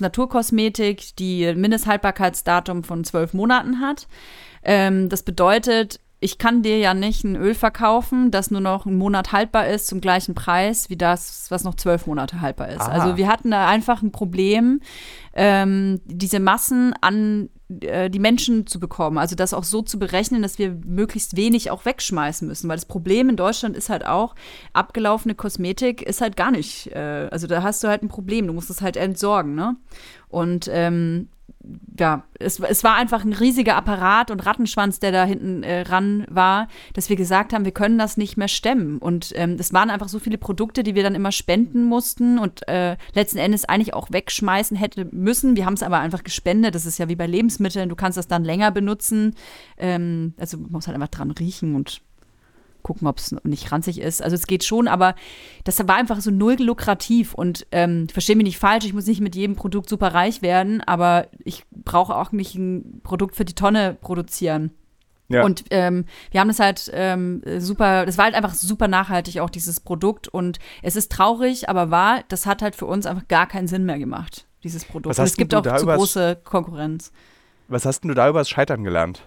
Naturkosmetik, die ein Mindesthaltbarkeitsdatum von zwölf Monaten hat. Ähm, das bedeutet, ich kann dir ja nicht ein Öl verkaufen, das nur noch einen Monat haltbar ist zum gleichen Preis wie das, was noch zwölf Monate haltbar ist. Aha. Also wir hatten da einfach ein Problem, ähm, diese Massen an äh, die Menschen zu bekommen. Also das auch so zu berechnen, dass wir möglichst wenig auch wegschmeißen müssen. Weil das Problem in Deutschland ist halt auch, abgelaufene Kosmetik ist halt gar nicht, äh, also da hast du halt ein Problem. Du musst es halt entsorgen, ne? Und ähm, ja, es, es war einfach ein riesiger Apparat und Rattenschwanz, der da hinten äh, ran war, dass wir gesagt haben, wir können das nicht mehr stemmen. Und ähm, es waren einfach so viele Produkte, die wir dann immer spenden mussten und äh, letzten Endes eigentlich auch wegschmeißen hätte müssen. Wir haben es aber einfach gespendet. Das ist ja wie bei Lebensmitteln. Du kannst das dann länger benutzen. Ähm, also man muss halt einfach dran riechen und gucken, ob es nicht ranzig ist. Also es geht schon, aber das war einfach so null lukrativ und ähm, verstehe mich nicht falsch, ich muss nicht mit jedem Produkt super reich werden, aber ich brauche auch nicht ein Produkt für die Tonne produzieren. Ja. Und ähm, wir haben das halt ähm, super, das war halt einfach super nachhaltig auch dieses Produkt und es ist traurig, aber wahr, das hat halt für uns einfach gar keinen Sinn mehr gemacht, dieses Produkt. Und es gibt auch zu große Konkurrenz. Was hast denn du da über das Scheitern gelernt?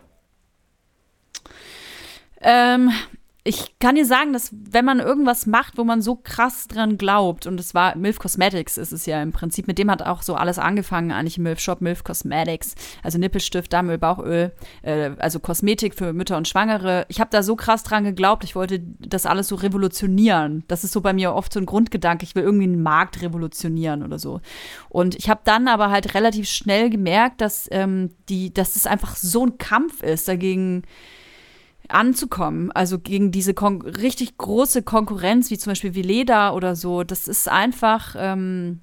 Ähm, Ich kann dir sagen, dass wenn man irgendwas macht, wo man so krass dran glaubt, und es war M I L F Cosmetics, ist es ja im Prinzip, mit dem hat auch so alles angefangen, eigentlich im M I L F-Shop, M I L F Cosmetics, also Nippelstift, Darmöl, Bauchöl, äh, also Kosmetik für Mütter und Schwangere. Ich habe da so krass dran geglaubt, ich wollte das alles so revolutionieren. Das ist so bei mir oft so ein Grundgedanke, ich will irgendwie einen Markt revolutionieren oder so. Und ich habe dann aber halt relativ schnell gemerkt, dass, ähm, die, dass das einfach so ein Kampf ist, dagegen anzukommen, also gegen diese kon- richtig große Konkurrenz, wie zum Beispiel Veleda oder so, das ist einfach, ähm,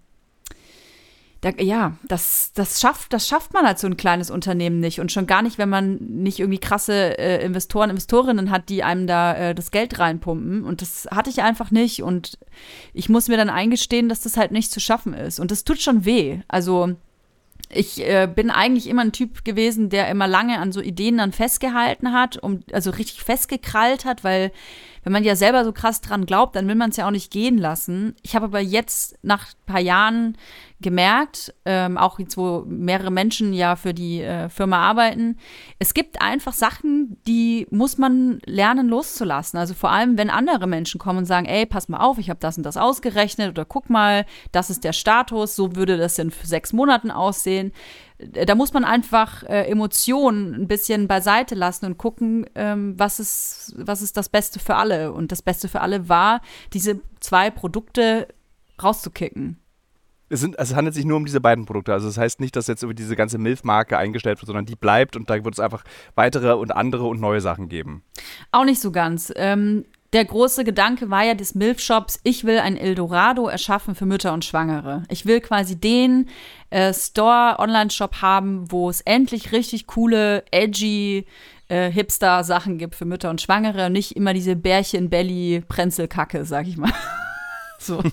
da, ja, das, das, schafft, das schafft man als so ein kleines Unternehmen nicht und schon gar nicht, wenn man nicht irgendwie krasse äh, Investoren, Investorinnen hat, die einem da äh, das Geld reinpumpen und das hatte ich einfach nicht und ich muss mir dann eingestehen, dass das halt nicht zu schaffen ist und das tut schon weh, also ich äh, bin eigentlich immer ein Typ gewesen, der immer lange an so Ideen dann festgehalten hat, um, also richtig festgekrallt hat, weil wenn man ja selber so krass dran glaubt, dann will man es ja auch nicht gehen lassen. Ich habe aber jetzt nach ein paar Jahren gemerkt, ähm, auch jetzt, wo mehrere Menschen ja für die äh, Firma arbeiten, es gibt einfach Sachen, die muss man lernen loszulassen. Also vor allem, wenn andere Menschen kommen und sagen, ey, pass mal auf, ich habe das und das ausgerechnet oder guck mal, das ist der Status, so würde das in sechs Monaten aussehen. Da muss man einfach äh, Emotionen ein bisschen beiseite lassen und gucken, ähm, was ist, was ist das Beste für alle. Und das Beste für alle war, diese zwei Produkte rauszukicken. Es, sind, es handelt sich nur um diese beiden Produkte. Also das heißt nicht, dass jetzt über diese ganze M I L F-Marke eingestellt wird, sondern die bleibt und da wird es einfach weitere und andere und neue Sachen geben. Auch nicht so ganz. Ähm, Der große Gedanke war ja des M I L F-Shops, ich will ein Eldorado erschaffen für Mütter und Schwangere. Ich will quasi den äh, Store-Online-Shop haben, wo es endlich richtig coole, edgy, äh, Hipster-Sachen gibt für Mütter und Schwangere und nicht immer diese Bärchen-Belly-Prenzelkacke, sag ich mal. So.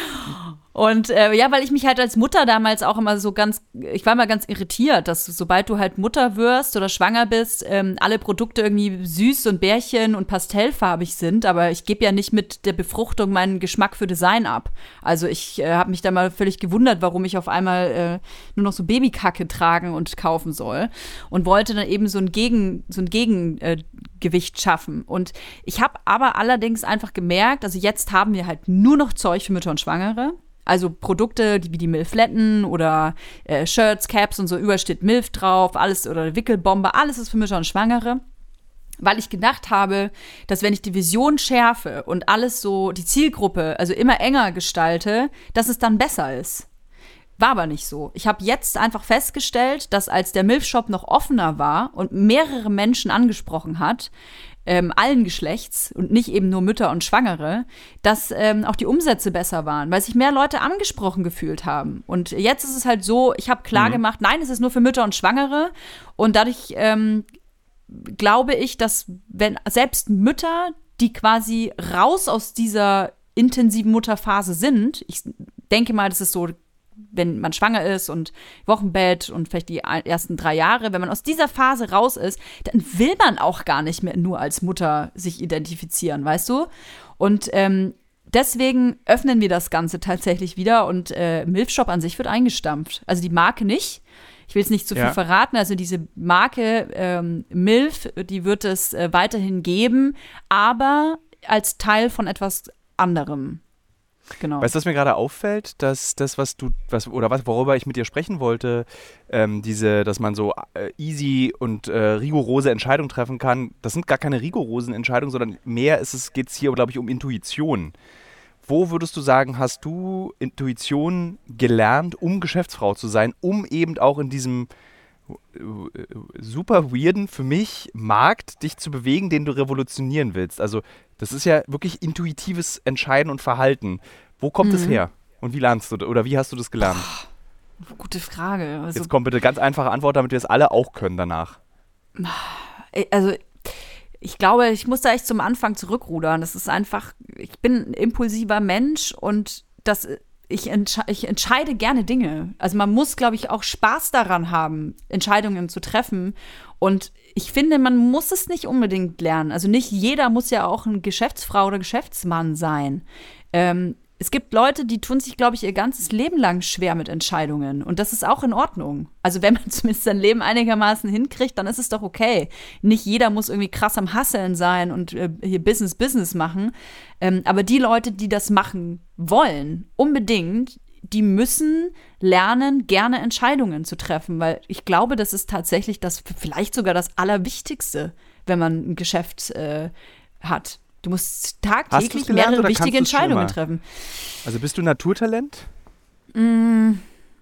Und äh, ja, weil ich mich halt als Mutter damals auch immer so ganz, ich war immer ganz irritiert, dass sobald du halt Mutter wirst oder schwanger bist, ähm, alle Produkte irgendwie süß und Bärchen und pastellfarbig sind, aber ich gebe ja nicht mit der Befruchtung meinen Geschmack für Design ab. Also ich äh, habe mich da mal völlig gewundert, warum ich auf einmal äh, nur noch so Babykacke tragen und kaufen soll und wollte dann eben so ein Gegen, so ein Gegengewicht äh, schaffen. Und ich habe aber allerdings einfach gemerkt, also jetzt haben wir halt nur noch Zeug für Mütter und Schwangere. Also Produkte wie die Milfletten oder äh, Shirts, Caps und so, überall steht Milf drauf, alles oder Wickelbombe, alles ist für Mütter und Schwangere. Weil ich gedacht habe, dass wenn ich die Vision schärfe und alles so, die Zielgruppe, also immer enger gestalte, dass es dann besser ist. War aber nicht so. Ich habe jetzt einfach festgestellt, dass als der Milf-Shop noch offener war und mehrere Menschen angesprochen hat, Ähm, allen Geschlechts und nicht eben nur Mütter und Schwangere, dass ähm, auch die Umsätze besser waren, weil sich mehr Leute angesprochen gefühlt haben. Und jetzt ist es halt so, ich habe klar mhm. gemacht, nein, es ist nur für Mütter und Schwangere. Und dadurch ähm, glaube ich, dass wenn selbst Mütter, die quasi raus aus dieser intensiven Mutterphase sind, ich denke mal, das ist so, wenn man schwanger ist und Wochenbett und vielleicht die ersten drei Jahre, wenn man aus dieser Phase raus ist, dann will man auch gar nicht mehr nur als Mutter sich identifizieren, weißt du? Und ähm, deswegen öffnen wir das Ganze tatsächlich wieder und äh, Milf-Shop an sich wird eingestampft. Also die Marke nicht. Ich will jetzt nicht zu viel Ja. verraten. Also diese Marke ähm, Milf, die wird es äh, weiterhin geben, aber als Teil von etwas anderem. Genau. Weißt du, was mir gerade auffällt, dass das, was du, was, oder was, worüber ich mit dir sprechen wollte, ähm, diese, dass man so äh, easy und äh, rigorose Entscheidungen treffen kann, das sind gar keine rigorosen Entscheidungen, sondern mehr ist es, geht es hier, glaube ich, um Intuition. Wo würdest du sagen, hast du Intuition gelernt, um Geschäftsfrau zu sein, um eben auch in diesem äh, super weirden, für mich, Markt dich zu bewegen, den du revolutionieren willst? Also das ist ja wirklich intuitives Entscheiden und Verhalten. Wo kommt es Mhm. her? Und wie lernst du das? Oder wie hast du das gelernt? Gute Frage. Also, Jetzt kommt bitte ganz einfache Antwort, damit wir es alle auch können danach. also ich glaube, ich muss da echt zum Anfang zurückrudern. Das ist einfach, ich bin ein impulsiver Mensch und das, ich, entsche- ich entscheide gerne Dinge. Also man muss, glaube ich, auch Spaß daran haben, Entscheidungen zu treffen. Und ich finde, man muss es nicht unbedingt lernen. Also nicht jeder muss ja auch eine Geschäftsfrau oder Geschäftsmann sein. Ähm, es gibt Leute, die tun sich, glaube ich, ihr ganzes Leben lang schwer mit Entscheidungen. Und das ist auch in Ordnung. Also wenn man zumindest sein Leben einigermaßen hinkriegt, dann ist es doch okay. Nicht jeder muss irgendwie krass am Hasseln sein und äh, hier Business, Business machen. Ähm, aber die Leute, die das machen wollen, unbedingt, die müssen lernen, gerne Entscheidungen zu treffen. Weil ich glaube, das ist tatsächlich das, vielleicht sogar das Allerwichtigste, wenn man ein Geschäft äh, hat. Du musst tagtäglich gelernt mehrere oder wichtige kannst du's schon Entscheidungen immer? treffen. Also bist du Naturtalent? Mm.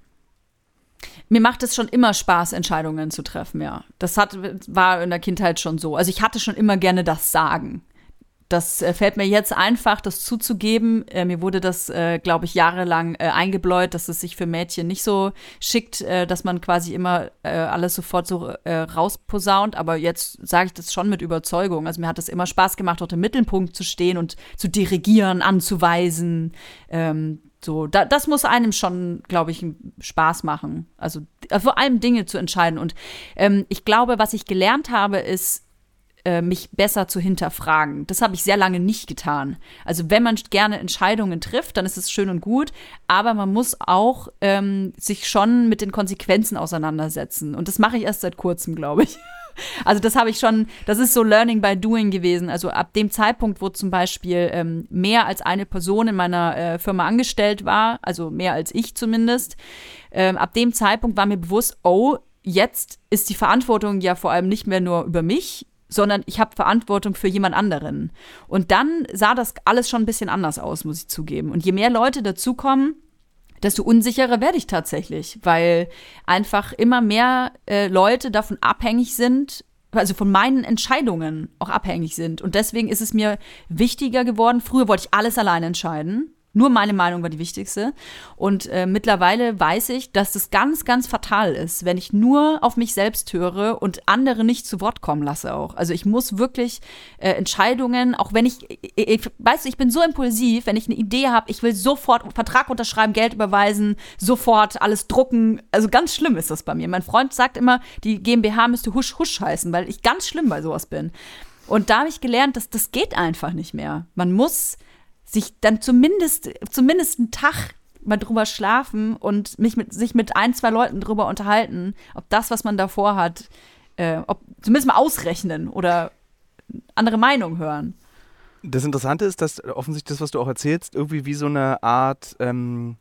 Mir macht es schon immer Spaß, Entscheidungen zu treffen, ja. Das hat, war in der Kindheit schon so. Also ich hatte schon immer gerne das Sagen. Das äh, fällt mir jetzt einfach, das zuzugeben. Äh, mir wurde das, äh, glaube ich, jahrelang äh, eingebläut, dass es sich für Mädchen nicht so schickt, äh, dass man quasi immer äh, alles sofort so äh, rausposaunt. Aber jetzt sage ich das schon mit Überzeugung. Also mir hat es immer Spaß gemacht, dort im Mittelpunkt zu stehen und zu dirigieren, anzuweisen. Ähm, so, da, das muss einem schon, glaube ich, Spaß machen. Also äh, vor allem Dinge zu entscheiden. Und ähm, ich glaube, was ich gelernt habe, ist, mich besser zu hinterfragen. Das habe ich sehr lange nicht getan. Also wenn man gerne Entscheidungen trifft, dann ist es schön und gut, aber man muss auch ähm, sich schon mit den Konsequenzen auseinandersetzen. Und das mache ich erst seit kurzem, glaube ich. Also das habe ich schon, das ist so Learning by Doing gewesen. Also ab dem Zeitpunkt, wo zum Beispiel ähm, mehr als eine Person in meiner äh, Firma angestellt war, also mehr als ich zumindest, ähm, ab dem Zeitpunkt war mir bewusst, oh, jetzt ist die Verantwortung ja vor allem nicht mehr nur über mich, sondern ich habe Verantwortung für jemand anderen. Und dann sah das alles schon ein bisschen anders aus, muss ich zugeben. Und je mehr Leute dazukommen, desto unsicherer werde ich tatsächlich, weil einfach immer mehr äh, Leute davon abhängig sind, also von meinen Entscheidungen auch abhängig sind. Und deswegen ist es mir wichtiger geworden. Früher wollte ich alles alleine entscheiden. Nur meine Meinung war die wichtigste. Und äh, mittlerweile weiß ich, dass das ganz, ganz fatal ist, wenn ich nur auf mich selbst höre und andere nicht zu Wort kommen lasse auch. Also ich muss wirklich äh, Entscheidungen, auch wenn ich, ich, ich, weißt du, ich bin so impulsiv, wenn ich eine Idee habe, ich will sofort einen Vertrag unterschreiben, Geld überweisen, sofort alles drucken. Also ganz schlimm ist das bei mir. Mein Freund sagt immer, die GmbH müsste Husch Husch heißen, weil ich ganz schlimm bei sowas bin. Und da habe ich gelernt, dass das geht einfach nicht mehr. Man muss sich dann zumindest, zumindest einen Tag mal drüber schlafen und mich mit, sich mit ein, zwei Leuten drüber unterhalten, ob das, was man davor hat, äh, ob, zumindest mal ausrechnen oder andere Meinung hören. Das Interessante ist, dass offensichtlich das, was du auch erzählst, irgendwie wie so eine Art ähm,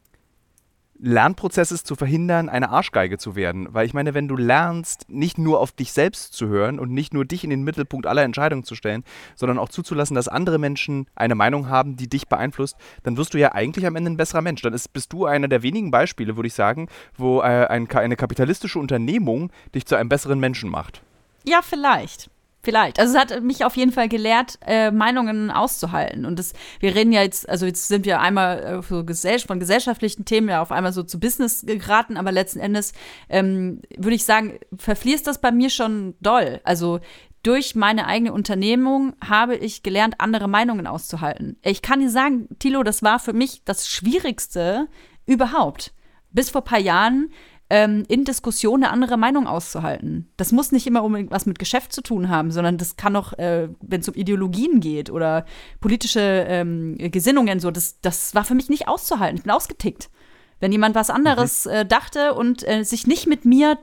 Lernprozess ist, zu verhindern, eine Arschgeige zu werden. Weil ich meine, wenn du lernst, nicht nur auf dich selbst zu hören und nicht nur dich in den Mittelpunkt aller Entscheidungen zu stellen, sondern auch zuzulassen, dass andere Menschen eine Meinung haben, die dich beeinflusst, dann wirst du ja eigentlich am Ende ein besserer Mensch. Dann ist, bist du einer der wenigen Beispiele, würde ich sagen, wo äh, ein, eine kapitalistische Unternehmung dich zu einem besseren Menschen macht. Ja, vielleicht. Vielleicht. Also es hat mich auf jeden Fall gelehrt, äh, Meinungen auszuhalten. Und das, wir reden ja jetzt, also jetzt sind wir einmal äh, für Gesell- von gesellschaftlichen Themen ja auf einmal so zu Business geraten, aber letzten Endes ähm, würde ich sagen, verfließt das bei mir schon doll. Also durch meine eigene Unternehmung habe ich gelernt, andere Meinungen auszuhalten. Ich kann dir sagen, Thilo, das war für mich das Schwierigste überhaupt. Bis vor ein paar Jahren Ähm, in Diskussionen eine andere Meinung auszuhalten. Das muss nicht immer unbedingt was mit Geschäft zu tun haben, sondern das kann auch, äh, wenn es um Ideologien geht oder politische ähm, Gesinnungen, so, das, das war für mich nicht auszuhalten. Ich bin ausgetickt. Wenn jemand was anderes mhm. äh, dachte und äh, sich nicht mit mir,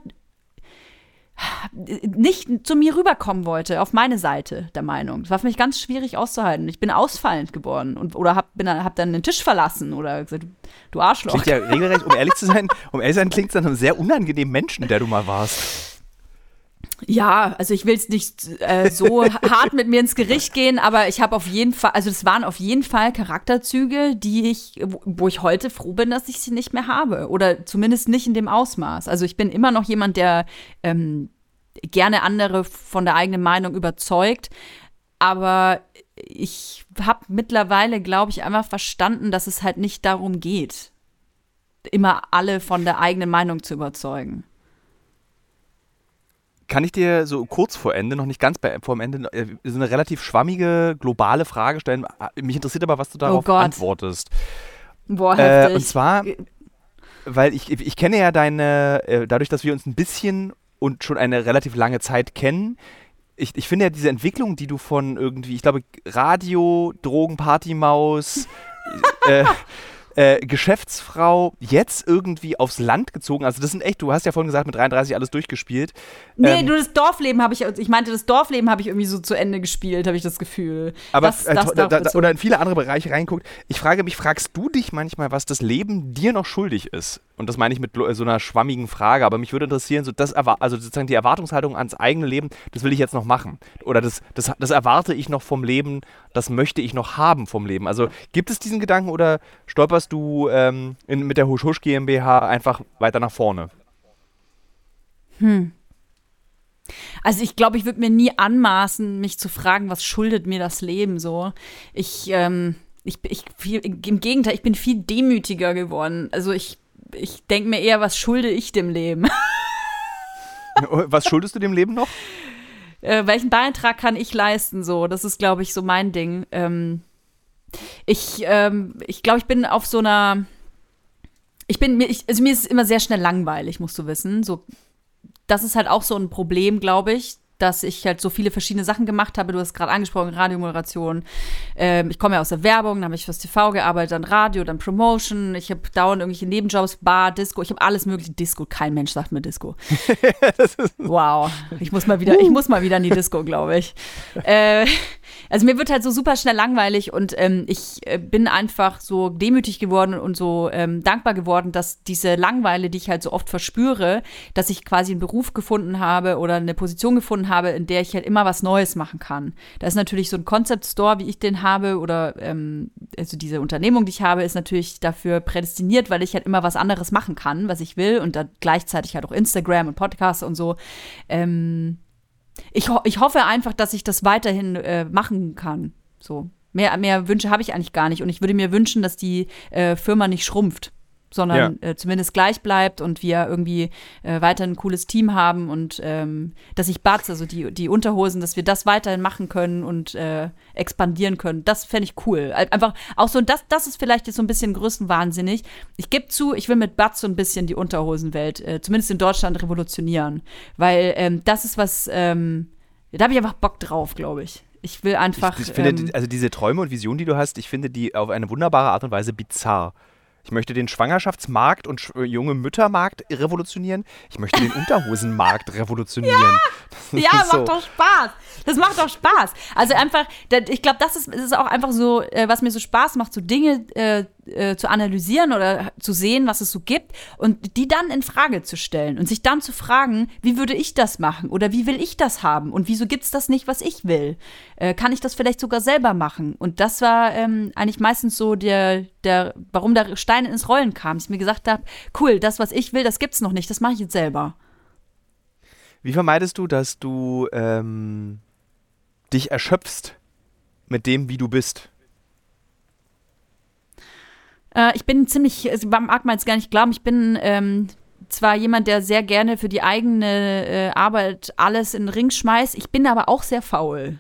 nicht zu mir rüberkommen wollte, auf meine Seite der Meinung. Das war für mich ganz schwierig auszuhalten. Ich bin ausfallend geworden und, oder hab, bin, hab dann den Tisch verlassen oder gesagt, du Arschloch. Klingt ja regelrecht, um ehrlich zu sein, um ehrlich zu sein, klingt es nach einem sehr unangenehmen Menschen, der du mal warst. Ja, also ich will es nicht äh, so hart mit mir ins Gericht gehen, aber ich habe auf jeden Fall, also es waren auf jeden Fall Charakterzüge, die ich, wo ich heute froh bin, dass ich sie nicht mehr habe oder zumindest nicht in dem Ausmaß. Also ich bin immer noch jemand, der ähm, gerne andere von der eigenen Meinung überzeugt, aber ich habe mittlerweile, glaube ich, einfach verstanden, dass es halt nicht darum geht, immer alle von der eigenen Meinung zu überzeugen. Kann ich dir so kurz vor Ende, noch nicht ganz bei, vor dem Ende, so eine relativ schwammige, globale Frage stellen? Mich interessiert aber, was du darauf oh antwortest. Boah, heftig. Äh, und zwar, weil ich, ich kenne ja deine, dadurch, dass wir uns ein bisschen und schon eine relativ lange Zeit kennen, ich, ich finde ja diese Entwicklung, die du von irgendwie, ich glaube, Radio, Drogen, Partymaus, äh, Äh, Geschäftsfrau jetzt irgendwie aufs Land gezogen. Also das sind echt, du hast ja vorhin gesagt, mit dreiunddreißig alles durchgespielt. Nee, ähm, nur das Dorfleben habe ich, ich meinte, das Dorfleben habe ich irgendwie so zu Ende gespielt, habe ich das Gefühl. Aber das, äh, das da, da, oder in viele andere Bereiche reinguckt. Ich frage mich, fragst du dich manchmal, was das Leben dir noch schuldig ist? Und das meine ich mit so einer schwammigen Frage, aber mich würde interessieren, so das, also sozusagen die Erwartungshaltung ans eigene Leben, das will ich jetzt noch machen. Oder das, das, das erwarte ich noch vom Leben, das möchte ich noch haben vom Leben. Also gibt es diesen Gedanken oder stolperst du ähm, in, mit der Husch Husch GmbH einfach weiter nach vorne? Hm. Also ich glaube, ich würde mir nie anmaßen, mich zu fragen, was schuldet mir das Leben so. Ich, ähm, ich, ich viel, im Gegenteil, ich bin viel demütiger geworden. Also ich Ich denke mir eher, was schulde ich dem Leben? Was schuldest du dem Leben noch? Äh, welchen Beitrag kann ich leisten? So, das ist, glaube ich, so mein Ding. Ähm, ich ähm, ich glaube, ich bin auf so einer. Ich bin mir, ich, also mir ist es immer sehr schnell langweilig, musst du wissen. So, das ist halt auch so ein Problem, glaube ich, dass ich halt so viele verschiedene Sachen gemacht habe. Du hast gerade angesprochen, Radiomoderation. Ähm, ich komme ja aus der Werbung, dann habe ich fürs T V gearbeitet, dann Radio, dann Promotion. Ich habe dauernd irgendwelche Nebenjobs, Bar, Disco. Ich habe alles mögliche. Disco, kein Mensch sagt mir Disco. Wow, ich muss mal wieder, ich muss mal wieder in die Disco, glaube ich. Äh, also mir wird halt so super schnell langweilig und ähm, ich äh, bin einfach so demütig geworden und so ähm, dankbar geworden, dass diese Langeweile, die ich halt so oft verspüre, dass ich quasi einen Beruf gefunden habe oder eine Position gefunden habe, in der ich halt immer was Neues machen kann. Da ist natürlich so ein Concept Store, wie ich den habe, oder ähm, also diese Unternehmung, die ich habe, ist natürlich dafür prädestiniert, weil ich halt immer was anderes machen kann, was ich will und dann gleichzeitig halt auch Instagram und Podcasts und so. Ähm, ich, ho- ich hoffe einfach, dass ich das weiterhin äh, machen kann. So. Mehr, mehr Wünsche habe ich eigentlich gar nicht und ich würde mir wünschen, dass die äh, Firma nicht schrumpft, sondern ja. äh, zumindest gleich bleibt und wir irgendwie äh, weiter ein cooles Team haben und ähm, dass ich Batz, also die, die Unterhosen, dass wir das weiterhin machen können und äh, expandieren können. Das fände ich cool. Einfach auch so, das, das ist vielleicht jetzt so ein bisschen größenwahnsinnig. Ich gebe zu, ich will mit Batz so ein bisschen die Unterhosenwelt, äh, zumindest in Deutschland, revolutionieren. Weil ähm, das ist was, ähm, da habe ich einfach Bock drauf, glaube ich. Ich will einfach Ich, ich finde, ähm, also diese Träume und Visionen, die du hast, ich finde die auf eine wunderbare Art und Weise bizarr. Ich möchte den Schwangerschaftsmarkt und sch- junge Müttermarkt revolutionieren. Ich möchte den Unterhosenmarkt revolutionieren. Ja, ja macht so. doch Spaß. Das macht doch Spaß. Also einfach, ich glaube, das ist, ist auch einfach so, was mir so Spaß macht, so Dinge äh, äh, zu analysieren oder zu sehen, was es so gibt und die dann in Frage zu stellen und sich dann zu fragen, wie würde ich das machen oder wie will ich das haben und wieso gibt es das nicht, was ich will? Äh, kann ich das vielleicht sogar selber machen? Und das war ähm, eigentlich meistens so der, der, warum der Stein ins Rollen kam. Ich mir gesagt habe, cool, das, was ich will, das gibt's noch nicht, das mache ich jetzt selber. Wie vermeidest du, dass du ähm, dich erschöpfst mit dem, wie du bist? Äh, ich bin ziemlich, also mag man jetzt gar nicht glauben, ich bin ähm, zwar jemand, der sehr gerne für die eigene äh, Arbeit alles in den Ring schmeißt, ich bin aber auch sehr faul.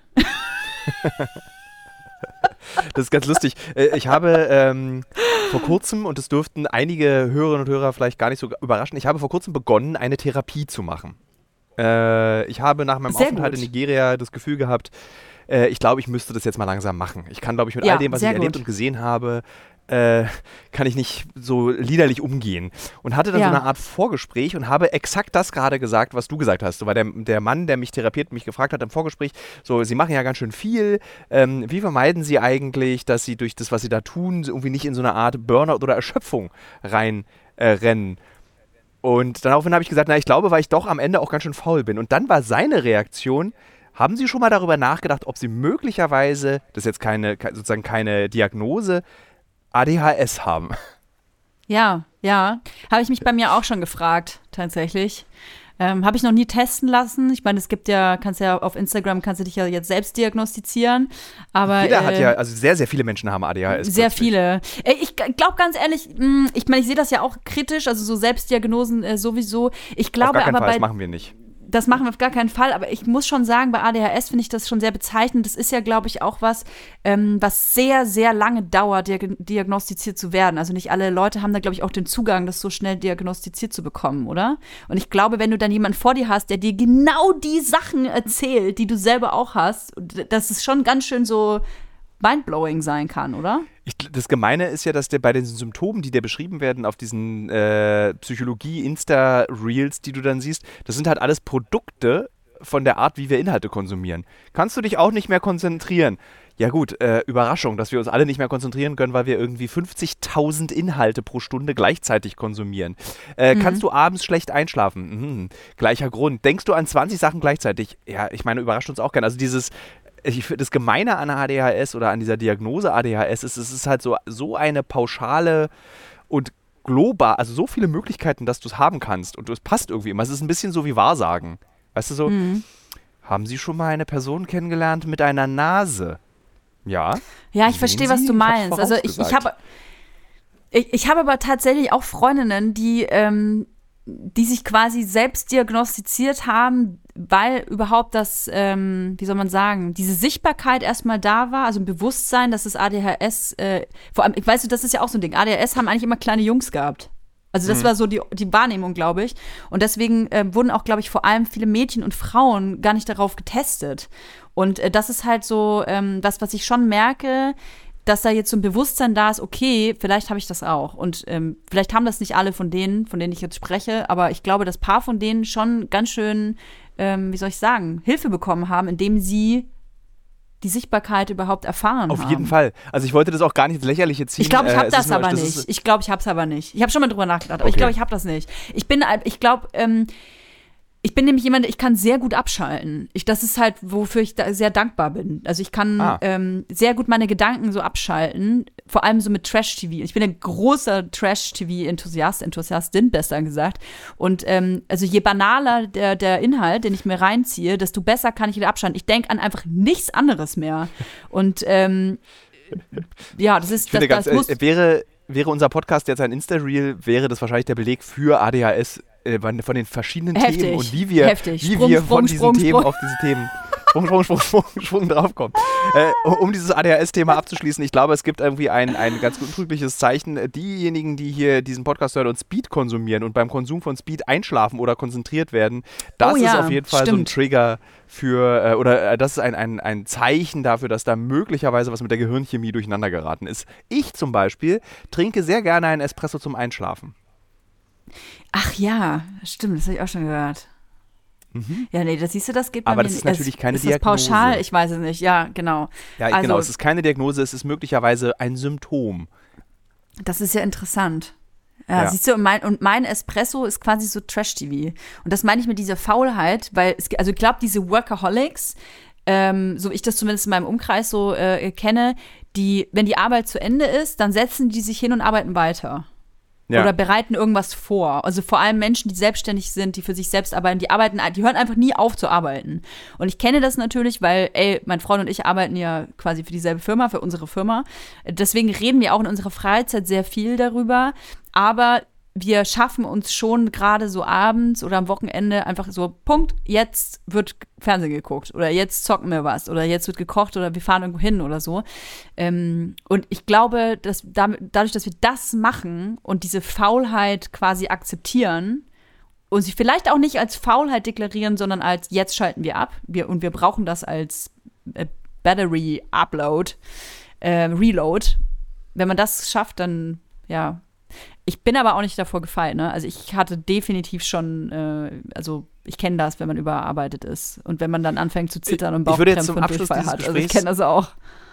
Das ist ganz lustig. Ich habe ähm, vor kurzem, und das dürften einige Hörerinnen und Hörer vielleicht gar nicht so überraschen, ich habe vor kurzem begonnen, eine Therapie zu machen. Äh, ich habe nach meinem Sehr Aufenthalt gut. in Nigeria das Gefühl gehabt, äh, ich glaube, ich müsste das jetzt mal langsam machen. Ich kann, glaube ich, mit Ja, all dem, was ich sehr erlebt gut. und gesehen habe, äh, kann ich nicht so liederlich umgehen. Und hatte dann Ja. so eine Art Vorgespräch und habe exakt das gerade gesagt, was du gesagt hast. So, weil der, der Mann, der mich therapiert, mich gefragt hat im Vorgespräch, so, Sie machen ja ganz schön viel. Ähm, wie vermeiden Sie eigentlich, dass Sie durch das, was Sie da tun, irgendwie nicht in so eine Art Burnout oder Erschöpfung rein äh, rennen? Und daraufhin habe ich gesagt, na, ich glaube, weil ich doch am Ende auch ganz schön faul bin. Und dann war seine Reaktion: Haben Sie schon mal darüber nachgedacht, ob Sie möglicherweise, das ist jetzt keine, ke- sozusagen keine Diagnose, A D H S haben? Ja, ja. Habe ich mich bei mir auch schon gefragt, tatsächlich. Ähm, habe ich noch nie testen lassen. Ich meine, es gibt ja, kannst ja auf Instagram, kannst du dich ja jetzt selbst diagnostizieren. Aber, Jeder äh, hat ja, also sehr, sehr viele Menschen haben A D H S. Sehr plötzlich. viele. Äh, Ich glaube ganz ehrlich, mh, ich meine, ich sehe das ja auch kritisch, also so Selbstdiagnosen äh, sowieso. Ich Auf glaube gar keinen aber Fall, das bei machen wir nicht. Das machen wir auf gar keinen Fall, aber ich muss schon sagen, bei A D H S finde ich das schon sehr bezeichnend. Das ist ja, glaube ich, auch was, ähm, was sehr, sehr lange dauert, diag- diagnostiziert zu werden. Also nicht alle Leute haben da, glaube ich, auch den Zugang, das so schnell diagnostiziert zu bekommen, oder? Und ich glaube, wenn du dann jemanden vor dir hast, der dir genau die Sachen erzählt, die du selber auch hast, dass es schon ganz schön so mindblowing sein kann, oder? Ich, das Gemeine ist ja, dass der bei den Symptomen, die dir beschrieben werden auf diesen äh, Psychologie-Insta-Reels, die du dann siehst, das sind halt alles Produkte von der Art, wie wir Inhalte konsumieren. Kannst du dich auch nicht mehr konzentrieren? Ja gut, äh, Überraschung, dass wir uns alle nicht mehr konzentrieren können, weil wir irgendwie fünfzigtausend Inhalte pro Stunde gleichzeitig konsumieren. Äh, Mhm. Kannst du abends schlecht einschlafen? Mhm. Gleicher Grund. Denkst du an zwanzig Sachen gleichzeitig? Ja, ich meine, überrascht uns auch gern. Also dieses Ich finde, das Gemeine an A D H S oder an dieser Diagnose A D H S ist, es ist halt so, so eine pauschale und global, also so viele Möglichkeiten, dass du es haben kannst und es passt irgendwie immer. Es ist ein bisschen so wie Wahrsagen. Weißt du so, Mhm. haben Sie schon mal eine Person kennengelernt mit einer Nase? Ja. Ja, ich Sehen verstehe, was Sie? du Ich hab's meinst. Also ich, ich vorausgesagt. habe ich, ich habe aber tatsächlich auch Freundinnen, die, ähm, die sich quasi selbst diagnostiziert haben, weil überhaupt das, ähm, wie soll man sagen, diese Sichtbarkeit erstmal da war, also ein Bewusstsein, dass das A D H S, äh, vor allem, ich weiß, das ist ja auch so ein Ding, A D H S haben eigentlich immer kleine Jungs gehabt. Also das Mhm. war so die, die Wahrnehmung, glaube ich. Und deswegen äh, wurden auch, glaube ich, vor allem viele Mädchen und Frauen gar nicht darauf getestet. Und äh, das ist halt so ähm, was, was ich schon merke, dass da jetzt so ein Bewusstsein da ist, okay, vielleicht habe ich das auch. Und ähm, vielleicht haben das nicht alle von denen, von denen ich jetzt spreche, aber ich glaube, dass ein paar von denen schon ganz schön, ähm, wie soll ich sagen, Hilfe bekommen haben, indem sie die Sichtbarkeit überhaupt erfahren Auf haben. jeden Fall. Also ich wollte das auch gar nicht ins Lächerliche ziehen. Ich glaube, ich Äh, habe es das ist nur- aber das nicht. ist- Ich glaube, ich habe es aber nicht. Ich habe schon mal drüber nachgedacht, aber ich Okay. glaube, ich habe das nicht. Ich bin, ich glaube, ähm, ich bin nämlich jemand, ich kann sehr gut abschalten. Ich, das ist halt, wofür ich da sehr dankbar bin. Also ich kann Ah. ähm, sehr gut meine Gedanken so abschalten, vor allem so mit Trash-T V. Ich bin ein großer Trash-T V-Enthusiast, Enthusiastin, besser gesagt. Und ähm, also je banaler der, der Inhalt, den ich mir reinziehe, desto besser kann ich wieder abschalten. Ich denke an einfach nichts anderes mehr. Und ähm, ja, das ist, Ich finde das, ganz, das muss, äh, wäre, wäre unser Podcast jetzt ein Insta-Reel, wäre das wahrscheinlich der Beleg für A D H S äh, von von den verschiedenen Heftig, Themen und wie wir, heftig. wie Sprung, wir Sprung, von diesen Sprung, Themen Sprung. auf diese Themen Sprung, Sprung, Sprung, Sprung, Sprung draufkommen. Äh, um dieses A D H S-Thema abzuschließen, ich glaube, es gibt irgendwie ein, ein ganz untrügliches Zeichen. Diejenigen, die hier diesen Podcast hören und Speed konsumieren und beim Konsum von Speed einschlafen oder konzentriert werden, das Oh ist ja, auf jeden Fall so ein stimmt. Trigger für, äh, oder äh, das ist ein, ein, ein Zeichen dafür, dass da möglicherweise was mit der Gehirnchemie durcheinander geraten ist. Ich zum Beispiel trinke sehr gerne einen Espresso zum Einschlafen. Ach ja, stimmt, das habe ich auch schon gehört. Mhm. Ja, nee, das siehst du, das geht bei Aber mir das ist nicht. natürlich keine ist das Diagnose. pauschal? Ich weiß es nicht. Ja, genau. Ja, Also- genau, es ist keine Diagnose, es ist möglicherweise ein Symptom. Das ist ja interessant. Ja, Ja. siehst du, und mein, und mein Espresso ist quasi so Trash-T V. Und das meine ich mit dieser Faulheit, weil, es, also ich glaube, diese Workaholics, ähm, so wie ich das zumindest in meinem Umkreis so äh, kenne, die, wenn die Arbeit zu Ende ist, dann setzen die sich hin und arbeiten weiter. Ja. Oder bereiten irgendwas vor. Also vor allem Menschen, die selbstständig sind, die für sich selbst arbeiten, die arbeiten, die hören einfach nie auf zu arbeiten. Und ich kenne das natürlich, weil, ey, mein Freund und ich arbeiten ja quasi für dieselbe Firma, für unsere Firma. Deswegen reden wir auch in unserer Freizeit sehr viel darüber. Aber wir schaffen uns schon gerade so abends oder am Wochenende einfach so, Punkt, jetzt wird Fernsehen geguckt oder jetzt zocken wir was oder jetzt wird gekocht oder wir fahren irgendwo hin oder so. Ähm, und ich glaube, dass damit, dadurch, dass wir das machen und diese Faulheit quasi akzeptieren und sie vielleicht auch nicht als Faulheit deklarieren, sondern als jetzt schalten wir ab wir, und wir brauchen das als äh, Battery Upload, äh, Reload, wenn man das schafft, dann, ja. Ich bin aber auch nicht davor gefeit, ne? Also ich hatte definitiv schon, äh, also ich kenne das, wenn man überarbeitet ist und wenn man dann anfängt zu zittern und Bauchkrämpfe und Durchfall hat. Also ich kenne das auch.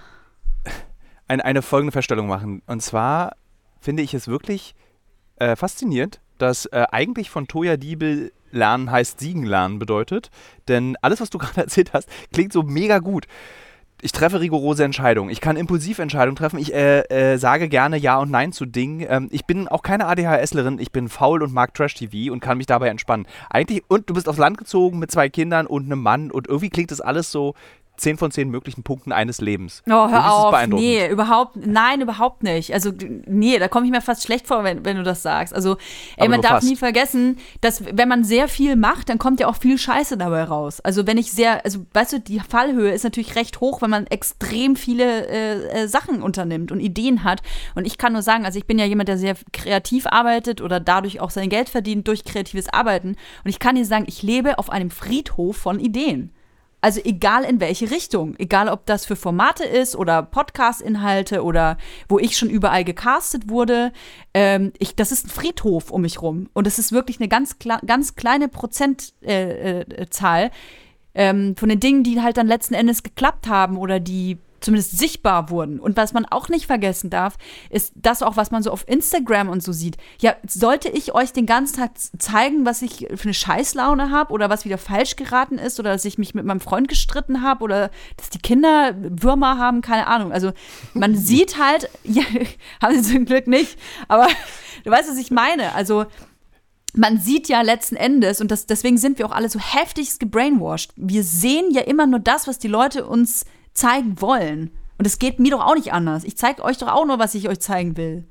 Eine, eine folgende Feststellung machen. Und zwar finde ich es wirklich äh, faszinierend, dass äh, eigentlich von Toja Diebel lernen heißt siegen lernen bedeutet. Denn alles, was du gerade erzählt hast, klingt so mega gut. Ich treffe rigorose Entscheidungen. Ich kann impulsiv Entscheidungen treffen. Ich äh, äh, sage gerne Ja und Nein zu Dingen. Ähm, ich bin auch keine ADHSlerin. Ich bin faul und mag Trash-T V und kann mich dabei entspannen. Eigentlich, und du bist aufs Land gezogen mit zwei Kindern und einem Mann und irgendwie klingt das alles so zehn von zehn möglichen Punkten eines Lebens. Oh, hör auf. Nee, überhaupt, nein, überhaupt nicht. Also, nee, da komme ich mir fast schlecht vor, wenn, wenn du das sagst. Also, ey, man darf fast nie vergessen, dass, wenn man sehr viel macht, dann kommt ja auch viel Scheiße dabei raus. Also, wenn ich sehr, also, weißt du, die Fallhöhe ist natürlich recht hoch, wenn man extrem viele äh, äh, Sachen unternimmt und Ideen hat. Und ich kann nur sagen, also, ich bin ja jemand, der sehr kreativ arbeitet oder dadurch auch sein Geld verdient durch kreatives Arbeiten. Und ich kann dir sagen, ich lebe auf einem Friedhof von Ideen. Also egal in welche Richtung, egal ob das für Formate ist oder Podcast-Inhalte oder wo ich schon überall gecastet wurde, ähm, ich, das ist ein Friedhof um mich rum und es ist wirklich eine ganz, ganz kleine Prozentzahl äh, äh, ähm, von den Dingen, die halt dann letzten Endes geklappt haben oder die zumindest sichtbar wurden. Und was man auch nicht vergessen darf, ist das auch, was man so auf Instagram und so sieht. Ja, sollte ich euch den ganzen Tag zeigen, was ich für eine Scheißlaune habe oder was wieder falsch geraten ist oder dass ich mich mit meinem Freund gestritten habe oder dass die Kinder Würmer haben, keine Ahnung. Also man sieht halt, ja, haben sie zum Glück nicht, aber du weißt, was ich meine. Also man sieht ja letzten Endes, und das, deswegen sind wir auch alle so heftigst gebrainwashed, wir sehen ja immer nur das, was die Leute uns zeigen wollen. Und es geht mir doch auch nicht anders. Ich zeige euch doch auch nur, was ich euch zeigen will.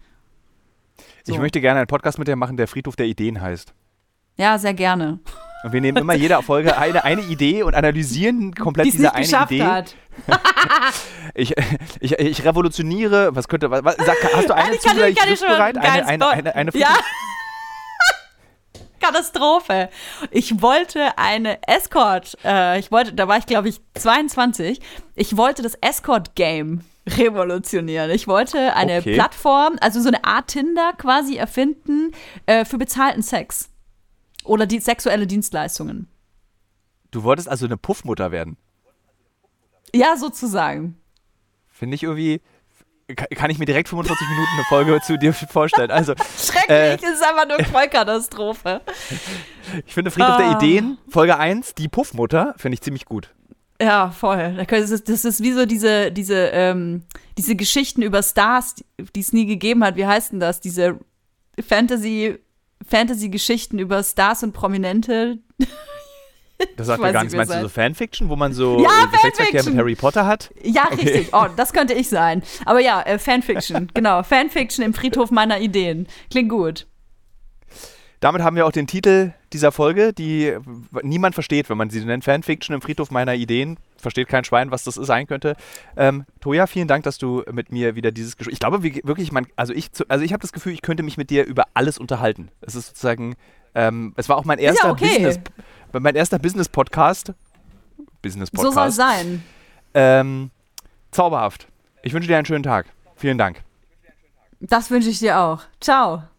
So. Ich möchte gerne einen Podcast mit dir machen, der Friedhof der Ideen heißt. Ja, sehr gerne. Und wir nehmen immer jede Folge eine, eine Idee und analysieren komplett Die's diese eine Idee. Hat. ich, ich, ich revolutioniere, was könnte, was, sag, hast du eine zufällig griffbereit? Eine, eine, eine, eine ja. Katastrophe. Ich wollte eine Escort, äh, ich wollte, da war ich glaube ich zweiundzwanzig, ich wollte das Escort-Game revolutionieren. Ich wollte eine okay. Plattform, also so eine Art Tinder quasi erfinden äh, für bezahlten Sex oder die sexuelle Dienstleistungen. Du wolltest also eine Puffmutter werden? Ja, sozusagen. Finde ich irgendwie... Kann ich mir direkt fünfundvierzig Minuten eine Folge zu dir vorstellen. Also, schrecklich, äh, ist einfach nur Vollkatastrophe. Ich finde Friedhof ah. der Ideen, Folge eins, die Puffmutter, finde ich ziemlich gut. Ja, voll. Das ist, das ist wie so diese, diese, ähm, diese Geschichten über Stars, die es nie gegeben hat. Wie heißt denn das? Diese Fantasy, Fantasy-Geschichten über Stars und Prominente. Das sagt mir gar nichts. Meinst du so Fanfiction, wo man so ja, Geschlechtsverkehr mit Harry Potter hat? Ja, okay. Richtig. Oh, das könnte ich sein. Aber ja, äh, Fanfiction. Genau, Fanfiction im Friedhof meiner Ideen. Klingt gut. Damit haben wir auch den Titel dieser Folge, die niemand versteht, wenn man sie nennt. Fanfiction im Friedhof meiner Ideen. Versteht kein Schwein, was das sein könnte. Ähm, Toja, vielen Dank, dass du mit mir wieder dieses Gespräch... Ich glaube wie, wirklich, man, also ich, also ich habe das Gefühl, ich könnte mich mit dir über alles unterhalten. Es ist sozusagen... Ähm, es war auch mein erster ja, okay. Business... Mein erster Business-Podcast. Business-Podcast. So soll es sein. Ähm, zauberhaft. Ich wünsche dir einen schönen Tag. Vielen Dank. Das wünsche ich dir auch. Ciao.